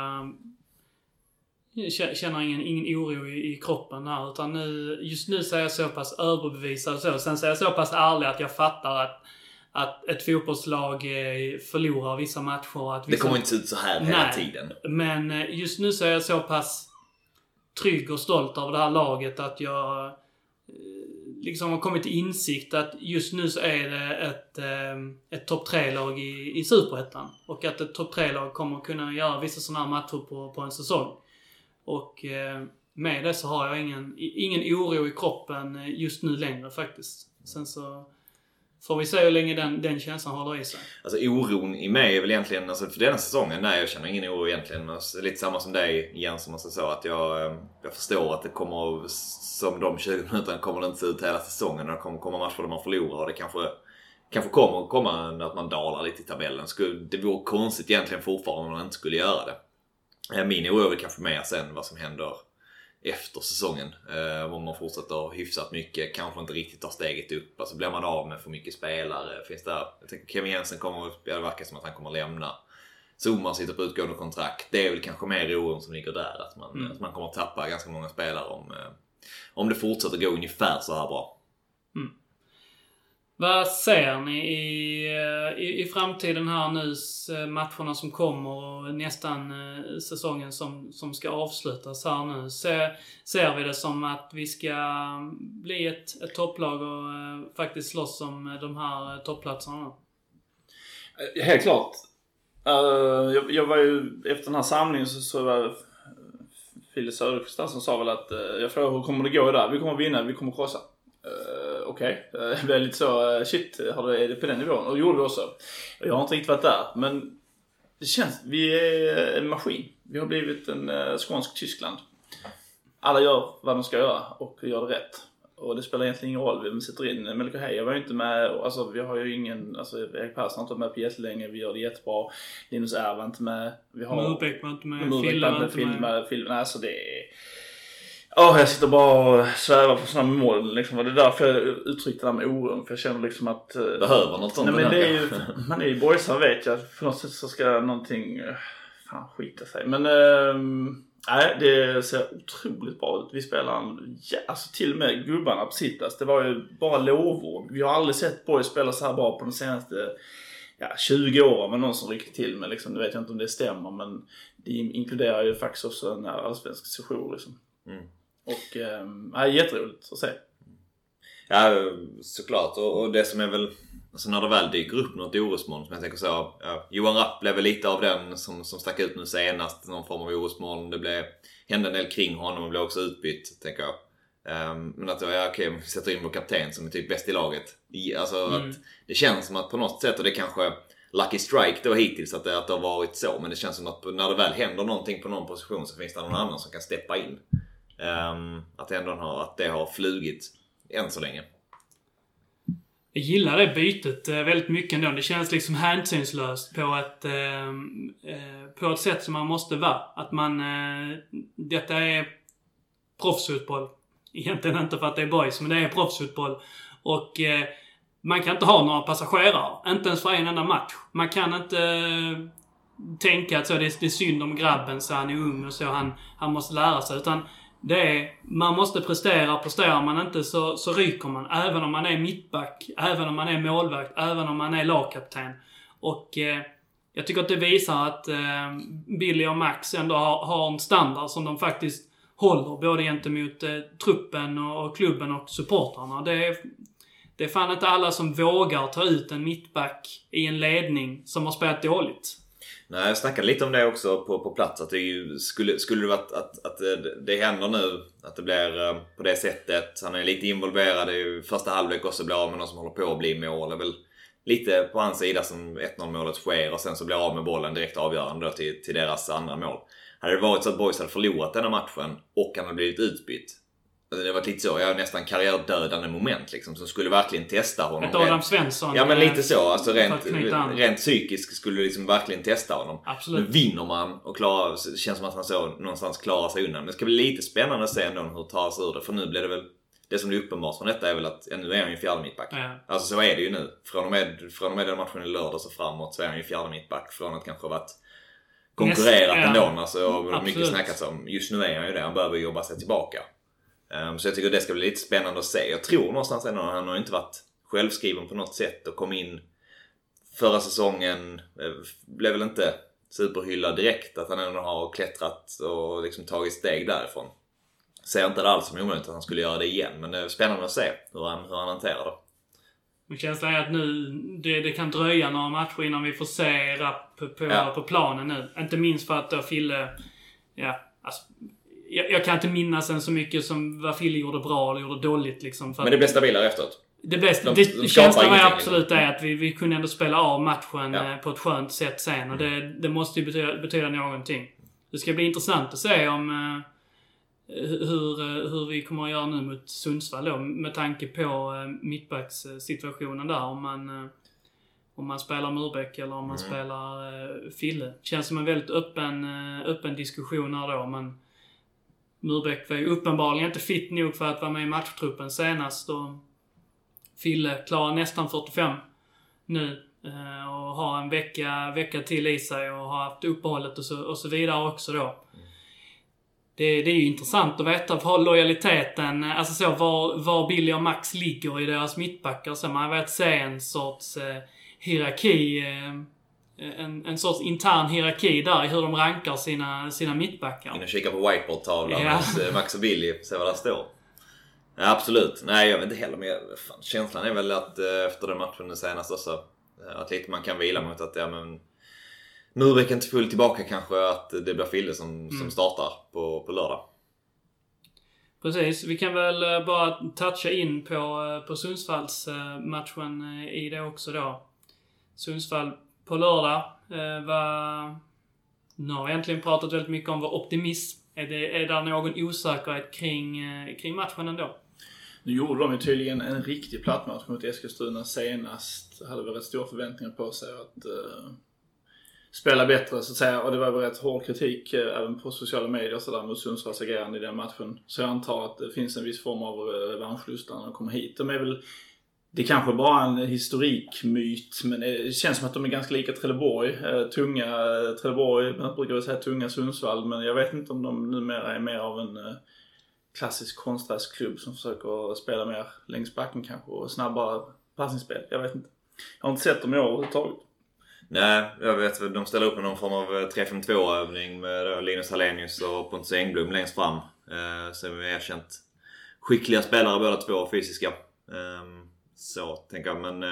ingen oro i kroppen här, utan just nu så är jag så pass överbevisad och så. Sen så är jag så pass ärlig att jag fattar att ett fotbollslag förlorar vissa matcher. Att det kommer inte ut så här hela tiden. Men just nu så är jag så pass trygg och stolt av det här laget att jag liksom har kommit till insikt att just nu så är det ett topp 3-lag i Superettan. Och att ett topp 3-lag kommer kunna göra vissa sådana här matcher på en säsong. Och med det så har jag ingen oro i kroppen just nu längre faktiskt. Sen så får vi se hur länge den känslan håller i sig. Alltså oron i mig är väl egentligen, alltså för denna säsongen, nej jag känner ingen oro egentligen. Alltså, lite samma som dig igen som måste säga att jag förstår att det kommer, som de 20 minuterna kommer det inte se ut hela säsongen. Det kommer komma matcher där man förlorar och det kanske kommer att man dalar lite i tabellen. Det vore konstigt egentligen fortfarande om man inte skulle göra det. Min oro är väl kanske mer sen vad som händer efter säsongen. Om man fortsätter hyfsat mycket, kanske inte riktigt tar steget upp. Alltså blir man av med för mycket spelare. Finns där, jag tänker Kevin Jensen det verkar som att han kommer att lämna. Zuma sitter på utgående kontrakt. Det är väl kanske mer oron som ligger där. Att man kommer att tappa ganska många spelare om det fortsätter gå ungefär så här bra. Vad ser ni i framtiden här nu, matcherna som kommer och nästan säsongen som ska avslutas här nu? Ser vi det som att vi ska bli ett topplag och faktiskt slåss om de här toppplatserna? Helt klart. Jag var ju efter den här samlingen så var Fille Söderqvist som sa väl att jag frågade hur kommer det gå där? Vi kommer vinna, vi kommer krossa. Okej. Det blev lite så, shit, är det på den nivån? Och det gjorde vi också. Jag har inte riktigt varit där, men det känns, vi är en maskin. Vi har blivit en skånsk Tyskland. Alla gör vad de ska göra och gör det rätt. Och det spelar egentligen ingen roll. Vi sätter in Melker Heijer var ju inte med. Alltså vi har ju ingen, alltså Erik Persson har inte varit med på jättelänge. Vi gör det jättebra. Linus R var inte med. Vi har Murbeck var inte med. Fille var inte med. Nej, så det är... jag sitter bara och svävar på sådana mål liksom. Och det är därför jag uttryckte det med oron. För jag känner liksom att... behöver något sånt. Nej, men det är ju... Man är ju boysar, vet jag. För något sätt så ska någonting... fan, skita sig. Men... nej, det ser otroligt bra ut. Vi spelar alltså till och med gubbarna på Sittas. Det var ju bara lovord. Vi har aldrig sett boys spela så här bra på de senaste 20 år med någon som rycker till med liksom. Nu vet jag inte om det stämmer, men det inkluderar ju faktiskt också den här allsvenska session liksom. Och jätteroligt att se. Ja, såklart. Och det som är väl, alltså när det väl dyker upp något orosmoln som jag tänker så, Johan Rapp blev väl lite av den som stack ut nu senast, någon form av orosmoln. Det hände en del kring honom och blev också utbytt, tänker jag. Men att vi sätter in vår kapten som är typ bäst i laget. Alltså att det känns som att på något sätt, och det kanske lucky strike då hittills att det har varit så, men det känns som att när det väl händer någonting på någon position så finns det någon annan som kan steppa in. Att det har flugit än så länge. Jag gillar det bytet väldigt mycket ändå. Det känns liksom hänsynslöst på ett sätt som man måste vara. Att detta är proffsfotboll. Egentligen inte för att det är boys, men det är proffsfotboll. Och man kan inte ha några passagerare. Inte ens för en enda match. Man kan inte tänka att det är synd om grabben så han är ung och så han måste lära sig. Utan man måste prestera. Presterar man inte så ryker man. Även om man är mittback, även om man är målvakt, även om man är lagkapten. Och jag tycker att det visar att Billy och Max ändå har en standard som de faktiskt håller både gentemot truppen och klubben och supportrarna. Det är fan inte alla som vågar ta ut en mittback i en ledning som har spelat dåligt. Nej, jag snackade lite om det också på plats. Att det skulle det vara att det händer nu. Att det blir på det sättet. Han är lite involverad i första halvlek också. Blir av med någon som håller på att bli mål. Det är väl lite på hans sida som 1-0 målet sker. Och sen så blir av med bollen direkt avgörande då till deras andra mål. Hade det varit så att Boys hade förlorat den här matchen och han hade blivit utbytt. Det var lite så, nästan karriärdödande moment liksom, som skulle verkligen testa honom. Ett Adam Svensson. Ja, men lite så. Alltså rent psykiskt skulle liksom verkligen testa honom. Absolut. Nu vinner man och det känns som att han så någonstans klarar sig undan. Men det ska bli lite spännande att se ändå hur det tar sig ur det. För nu blir det väl, det som är uppenbart från detta är väl att nu är han ju fjärde mittback. Ja. Alltså så är det ju nu. Från och med den matchen i lördag så framåt så är han ju fjärde mittback. Från att kanske varit konkurrerat ändå. Alltså, och mycket snackats om. Just nu är han ju det. Han behöver jobba sig tillbaka. Så jag tycker det ska bli lite spännande att se. Jag tror någonstans ändå att han har inte varit självskriven på något sätt och kom in förra säsongen. Blev väl inte superhyllad direkt, att han ändå har klättrat och liksom tagit steg därifrån. Ser inte det alls som omöjligt att han skulle göra det igen, men det är spännande att se hur han hanterar det. Men känslan är att nu det kan dröja några matcher innan vi får se Rapp på planen nu. Inte minst för att då Fille, alltså, jag kan inte minnas än så mycket som vad Fille gjorde bra eller gjorde dåligt liksom. För men det blev stabilare efteråt. Det känslan är absolut är att vi kunde ändå spela av matchen på ett skönt sätt sen. Och det måste ju betyda någonting. Det ska bli intressant att se om hur vi kommer att göra nu mot Sundsvall då, med tanke på mittbackssituationen där. Om man spelar Murbeck eller om man spelar Fille. Känns som en väldigt öppen diskussion här då. Men Murbeck var ju uppenbarligen inte fit nog för att vara med i matchtruppen senast. Och Fille klarar nästan 45 nu och har en vecka till i sig och har haft uppehållet och så vidare också då. Det är ju intressant att veta för lojaliteten, alltså så var Billy och Max ligger i deras mittbackar. Så man vet se en sorts hierarki, en sorts intern hierarki där i hur de rankar sina mittbackar. In och kika på whiteboard-tavlan hos Max och Billy, se vad där står. Ja, absolut. Nej, jag vet inte heller, men känslan är väl att efter den matchen senast också, att lite man kan vila mot att Murbeck inte full tillbaka kanske, att det blir Fille som startar på lördag. Precis, vi kan väl bara toucha in på Sundsvalls matchen i det också då. Sundsvall på lördag nu har vi egentligen pratat väldigt mycket om vår optimism. Är det någon osäkerhet kring matchen ändå? Nu gjorde de ju tydligen en riktig plattmatch mot Eskilstuna senast. Hade väl rätt stora förväntningar på sig att spela bättre så att säga. Och det var väl rätt hård kritik även på sociala medier så där, mot Sundsvalls agerande i den matchen. Så jag antar att det finns en viss form av revanschlust när de kommer hit. Det är kanske bara en historikmyt, men det känns som att de är ganska lika Trelleborg. Tunga Trelleborg, man brukar väl säga tunga Sundsvall, men jag vet inte om de numera är mer av en klassisk konstgräsklubb som försöker spela mer längs backen kanske och snabbare passningsspel. Jag vet inte. Jag har inte sett dem i år överhuvudtaget. Nej, jag vet att de ställer upp med någon form av 3-5-2-övning med Linus Hallenius och Pontus Engblom längst fram. Så vi har erkänt skickliga spelare båda två, fysiska. Så tänker jag, men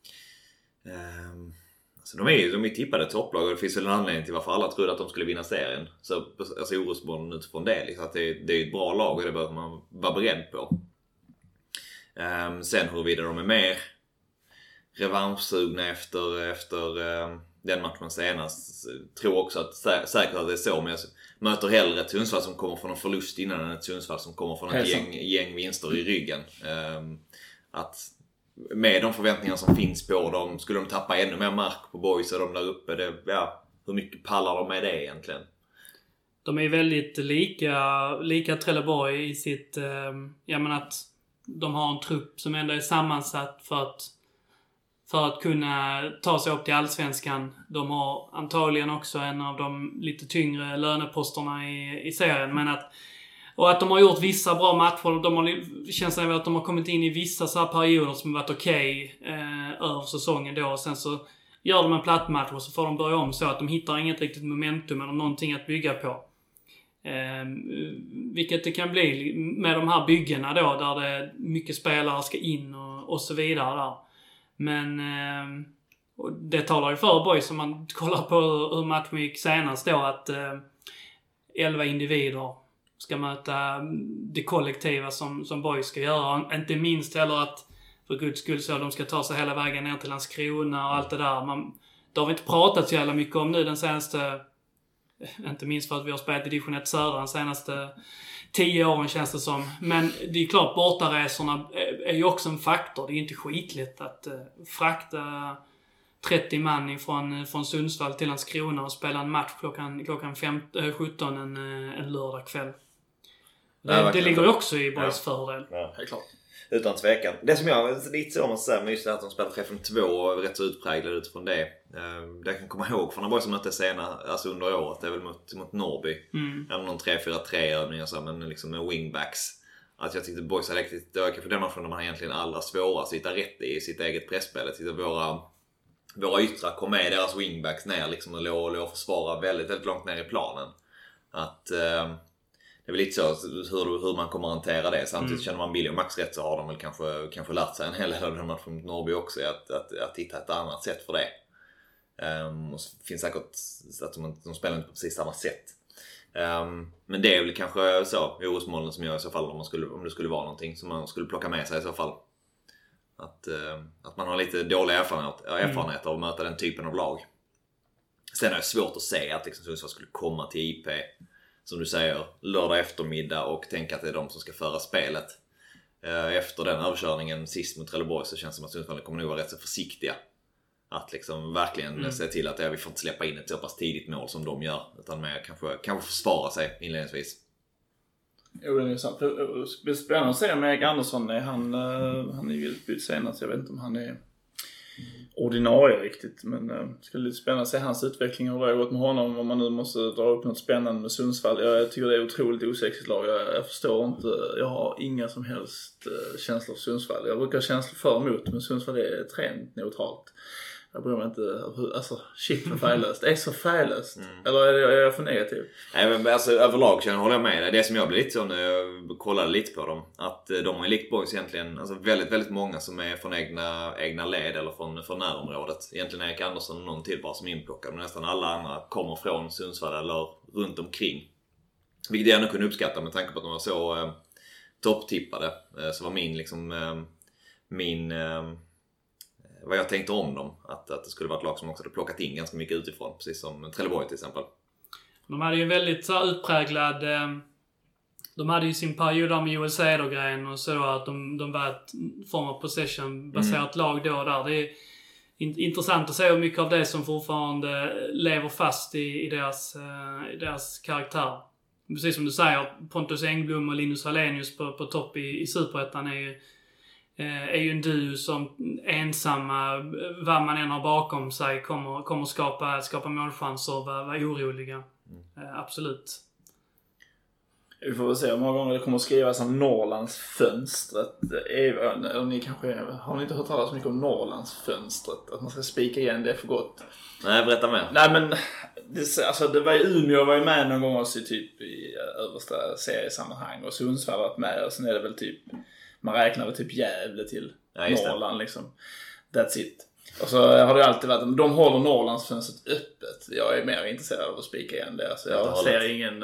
alltså de är tippade topplag och det finns väl en anledning till varför alla trodde att de skulle vinna serien. Så alltså Orosborn utifrån det, liksom, att det är ett bra lag och det behöver man vara beredd på. Sen huruvida de är mer revanschsugna efter den matchen senast, tror också att säkert att det är så, men jag möter hellre ett Sundsvall som kommer från en förlust innan än ett Sundsvall som kommer från ett gäng vinster i ryggen. Att med de förväntningar som finns på dem, skulle de tappa ännu mer mark på Boys och de där uppe, hur mycket pallar de med det egentligen? De är väldigt lika Trelleborg i sitt, att de har en trupp som ändå är sammansatt för att kunna ta sig upp till Allsvenskan. De har antagligen också en av de lite tyngre löneposterna i serien, och att de har gjort vissa bra matcher. Känns det att de har kommit in i vissa så här perioder som har varit okej över säsongen då. Och sen så gör de en platt match och så får de börja om så att de hittar inget riktigt momentum eller någonting att bygga på. Vilket det kan bli med de här byggena då, där det mycket spelare ska in och så vidare där. Men och det talar ju för Boys om man kollar på hur matchen gick senast då, att 11 individer ska möta det kollektiva som Boys ska göra. Inte minst heller att för guds skull så de ska ta sig hela vägen ner till Landskrona och allt det där. Det har vi inte pratat så jävla mycket om nu den senaste, inte minst för att vi har spelat i division 1 södra de senaste 10 åren känns det som. Men det är klart, bortaresorna är ju också en faktor. Det är ju inte skitligt att frakta 30 man från Sundsvall till Landskrona och spela en match klockan 17 en lördag kväll. Det ligger ju också i Boys fördel. Ja, helt klart. Utan tvekan. Det som jag lite så måste säga med just det att de spelar 3-5-2 och är rätt så utpräglade utifrån det. Det jag kan komma ihåg från när Boys som mötte senare, alltså under året, det är väl mot Norrby. Eller någon 3-4-3 övningar så, men liksom med wingbacks. Att jag tyckte Boys hade riktigt ökat för den matchen de har egentligen allra svårast att hitta rätt i sitt eget presspel. Våra yttrar kom med deras wingbacks ner liksom och låg och försvara väldigt, väldigt långt ner i planen. Att det är väl lite så hur man kommer att hantera det. Samtidigt känner man Billy och Max rätt så har de väl kanske lärt sig en hel del av den matchen mot Norrby också att hitta ett annat sätt för det. Och så finns säkert att de spelar inte på precis samma sätt. Men det är väl kanske så orosmålen som gör i så fall om det skulle vara någonting som man skulle plocka med sig i så fall. Att man har lite dålig erfarenhet av att möta den typen av lag. Sen är det svårt att se att liksom Sundsvall skulle komma till IP, som du säger, lördag eftermiddag och tänka att det är de som ska föra spelet. Efter den överkörningen sist mot Trelleborg så känns det som att Sundsvall kommer nog vara rätt så försiktiga. Att liksom verkligen se till att vi får inte släppa in ett så pass tidigt mål som de gör. Utan mer kanske försvara sig inledningsvis. Jo, det är sant. Det är spännande att se med Erik Andersson. Han är ju utbytt senast. Jag vet inte om han är ordinarie riktigt. Men det skulle lite spännande att se hans utveckling och vad det har gått med honom. Om man nu måste dra upp något spännande med Sundsvall. Jag tycker det är otroligt osexigt lag. Jag förstår inte. Jag har inga som helst känslor för Sundsvall. Jag brukar ha känslor för emot. Men Sundsvall är trend neutralt. Jag bryr mig inte, alltså shit för färglöst. Det är så färglöst. Eller är jag för negativ? Nej, men alltså överlag håller jag med dig. Det som jag blev lite så när jag kollade lite på dem, att de har ju likt Boys egentligen, alltså väldigt, väldigt många som är från egna led eller från närområdet. Egentligen Erik Andersson och någon till bara som inplockad, men nästan alla andra kommer från Sundsvall eller runt omkring. Vilket jag ändå kunde uppskatta med tanke på att de var så topptippade. Så var vad jag tänkte om dem, att det skulle vara ett lag som också hade plockat in ganska mycket utifrån, precis som Trelleborg till exempel. De hade ju en väldigt så utpräglad, de hade ju sin period med USA och grejen och så att de var ett form av possession-baserat lag då och där. Det är intressant att se hur mycket av det som fortfarande lever fast i deras karaktär. Precis som du säger, Pontus Engblom och Linus Hallenius på topp i Superettan är ju en duo som ensamma, vad man än har bakom sig, kommer skapa målchanser och vara oroliga. Absolut. Vi får väl se hur många gånger det kommer att skrivas om Norrlandsfönstret. Har ni inte hört talas så mycket om Norrlandsfönstret? Att man ska spika igen det för gott. Nej, berätta mer. Nej, men det var ju Umeå var ju med någon gång också typ i översta seriesammanhang. Och Sundsvall var med och sen är det väl typ, man räknar väl typ Gävle till Norrland liksom. That's it. Och så har det alltid varit, de håller Norrlandsfönstret öppet. Jag är mer intresserad av att spika igen det. Alltså jag ser ingen...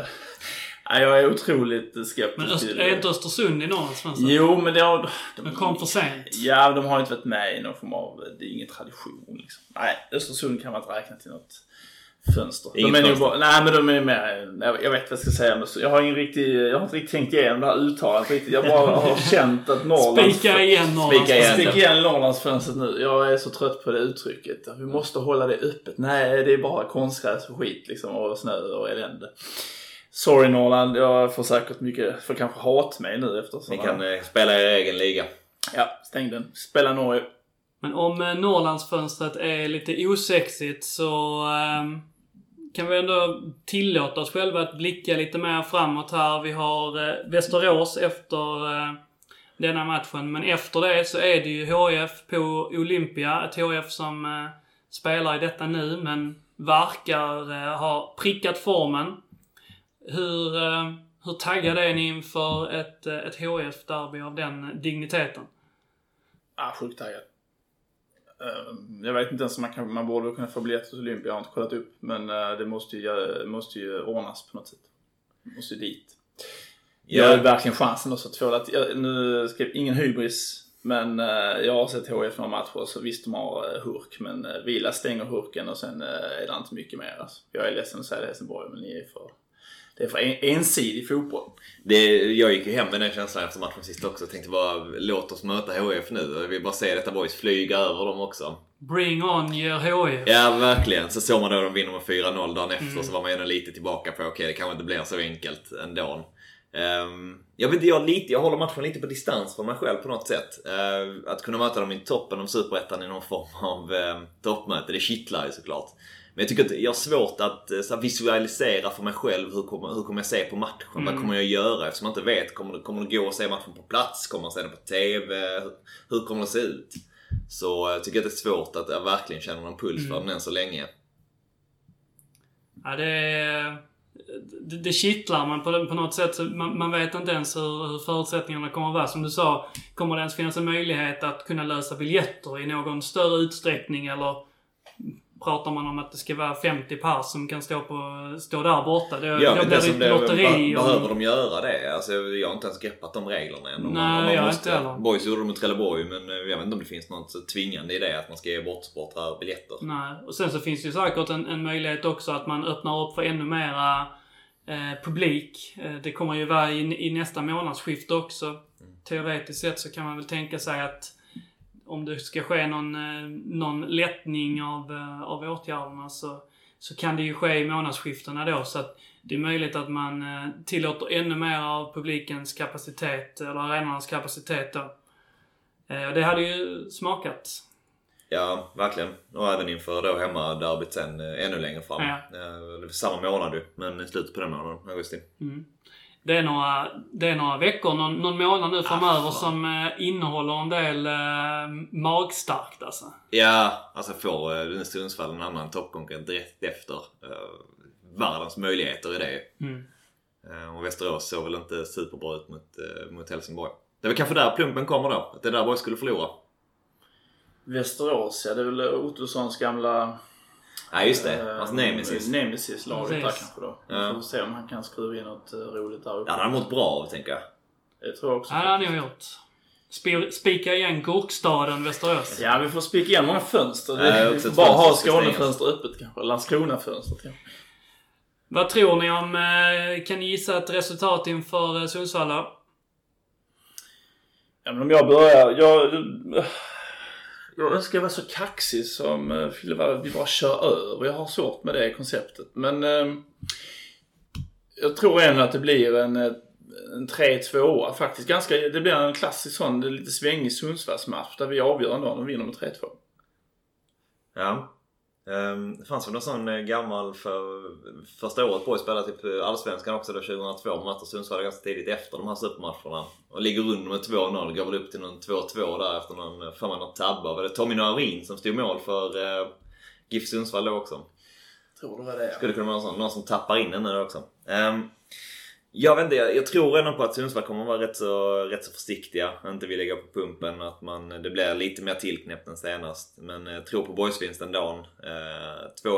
jag är otroligt skeptisk. Men är inte Östersund i Norrlandsfönstret? Jo, men de kom för sent. Ja, de har inte varit med i någon form av... Det är ingen tradition liksom. Nej, Östersund kan man inte räkna till något fönster. Nej, men de är med. Jag vet vad jag ska säga. Men jag har inte riktigt tänkt igenom det här uttalet. Jag bara har känt att Norrlands... Spika igen Norrlandsfönstret nu. Jag är så trött på det uttrycket. Vi måste hålla det öppet. Nej, det är bara konstgräs och skit liksom. Och snö och elände. Sorry Norrland, jag får säkert mycket, för kanske hat mig nu efter ni kan spela i egen liga. Ja, stäng den. Spela Norge. Men om Norrlandsfönstret är lite osexigt så kan vi ändå tillåta oss själva att blicka lite mer framåt här. Vi har Västerås efter denna matchen. Men efter det så är det ju HF på Olympia. Ett HF som spelar i detta nu, men verkar ha prickat formen. Hur taggad är ni inför ett HF-derby av den digniteten? Sjukt taggad. Jag vet inte ens om man borde kunna få biljetter till Olympia. Jag har inte kollat upp. Men det måste ju ordnas på något sätt. Måste ju dit. Jag har verkligen chansen också att nu ska ingen hybris. Men jag har sett HF några matcher, så visst de har hurk. Men Vila stänger hurken och sen är det inte mycket mer. Alltså. Jag är ledsen att säga det, Helsingborg, men det är för ensidig fotboll. Jag gick ju hem med den känslan efter matchen sist också. Jag tänkte bara, låt oss möta HF nu. Jag vill bara se detta boys flyga över dem också. Bring on your HF. Ja, verkligen. Så såg man då de vinner med 4-0 dagen efter. Så var man ändå lite tillbaka på okej, det kanske inte blir så enkelt ändå. Jag håller matchen lite på distans från mig själv på något sätt. Att kunna möta dem i toppen av Superettan i någon form av toppmöte, det kittlar ju såklart. Men jag tycker att jag har svårt att visualisera för mig själv hur kommer jag se på matchen. Vad kommer jag göra eftersom jag inte vet. Kommer det gå att se matchen på plats? Kommer man se den på TV? Hur kommer det se ut? Så jag tycker att det är svårt att jag verkligen känner någon puls för den än så länge. Ja, det kittlar man på något sätt. Så man vet inte ens hur förutsättningarna kommer att vara. Som du sa, kommer det ens finnas en möjlighet att kunna lösa biljetter i någon större utsträckning? Eller pratar man om att det ska vara 50 pers som kan stå där borta? Då blir det lotteri. Behöver de göra det? Alltså, jag har inte ens greppat de reglerna än. Nej, jag inte heller. Boys gjorde de mot Trelleborg, men jag vet inte om det finns något tvingande i det att man ska ge bort sportare biljetter. Nej, och sen så finns det ju säkert en möjlighet också att man öppnar upp för ännu mera publik. Det kommer ju vara i nästa månadsskift också. Teoretiskt sett så kan man väl tänka sig att om det ska ske någon lättning av åtgärderna så kan det ju ske i månadsskiftena då. Så att det är möjligt att man tillåter ännu mer av publikens kapacitet eller arenornas kapacitet då. Det hade ju smakat. Ja, verkligen. Och även inför då hemma derbyt sen ännu längre fram. Ja. Det är samma månad ju, men i slutet på den månaden, augusti. Det är några veckor, någon månad nu framöver som innehåller en del magstarkt alltså. Ja, alltså får Sundsvall en annan toppkonkurrent direkt efter världens möjligheter i det. Och Västerås såg väl inte superbra ut mot Helsingborg. Det är väl kanske där plumpen kommer då, att det där Borg skulle förlora. Västerås, det är väl Ottossons gamla... Ja, just det. Alltså Nemesis-laget där kanske då. Vi får se om han kan skruva in något roligt där uppe. Ja, han har mått bra av, tänker jag. Det tror jag också. Ja, det har ni gjort. Spika igen Gurkstaden, Västerås. Ja, vi får spika igen många fönster. Vi får bara ha Skånefönster öppet kanske. Landskrona-fönster kanske. Vad tror ni om... Kan ni gissa ett resultat inför Sundsvall? Ja, men om jag börjar... Jag önskar vara så kaxig som vi bara kör över. Jag har svårt med det konceptet. Men jag tror ändå att det blir en 3-2 faktiskt. Det blir en klassisk sån, det är lite svängig Sundsvallsmatch där vi avgör ändå och vinner med 3-2. Ja. Det fanns väl någon sån gammal första året på att spela typ Allsvenskan också då 2002. Man mötte Sundsvall ganska tidigt efter de här supermatcherna. Och ligger under med 2-0. Går väl upp till någon 2-2 där efter någon tabba. Var det Tommy Naurin som stod mål för GIF Sundsvall då också? Tror det var det. Skulle kunna vara någon som tappar in den där också. Jag vet inte, jag tror ändå på att Sundsvall kommer att vara rätt så försiktiga. Inte vilja gå på pumpen. Att det blir lite mer tillknäppt än senast. Men jag tror på boysvinsten dagen. 2-1.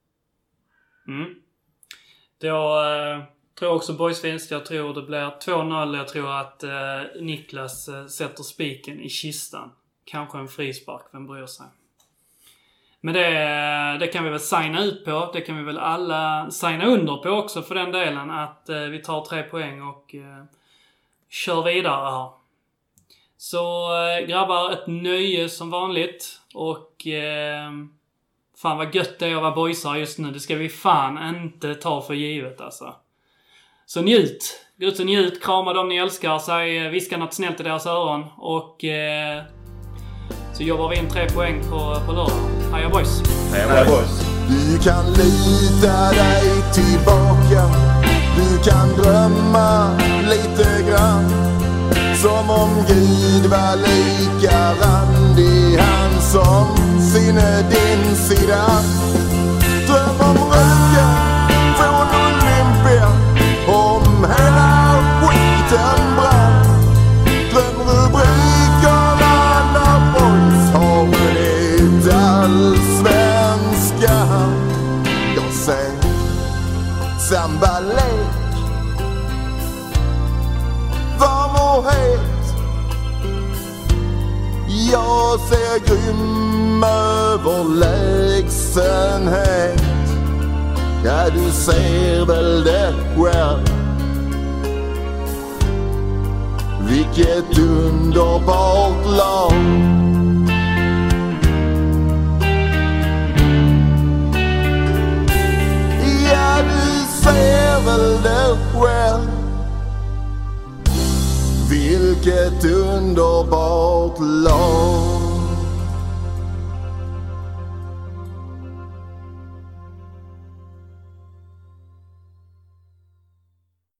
Då tror jag också boysvinst. Jag tror det blir 2-0. Jag tror att Niklas sätter spiken i kistan. Kanske en frispark, vem bryr sig. Men det kan vi väl signa ut på. Det kan vi väl alla signa under på också för den delen. Att vi tar 3 poäng och kör vidare här. Så grabbar, ett nöje som vanligt. Och fan vad gött det är att vara boysar just nu. Det ska vi fan inte ta för givet alltså. Så njut. Gå ut och njut. Krama dem ni älskar. Säg, viska något snällt i deras öron. Och så jobbar vi in 3 poäng på lördag. Heja boys! Heja boys! Du kan lita dig tillbaka. Du kan drömma lite grann. Som om Gud var lika randig. Han som sinne din sida. Dröm om röken från Olympia, om hela skiten brann. Dröm rubrikerna när boys har vunnit allsvenskan. Jag ser sambalek, varm och het. Jag ser grym överlägsenhet. Ja, du ser väl det själv. Vilket underbart lag. Ja, du ser väl det själv. Vilket underbart lag.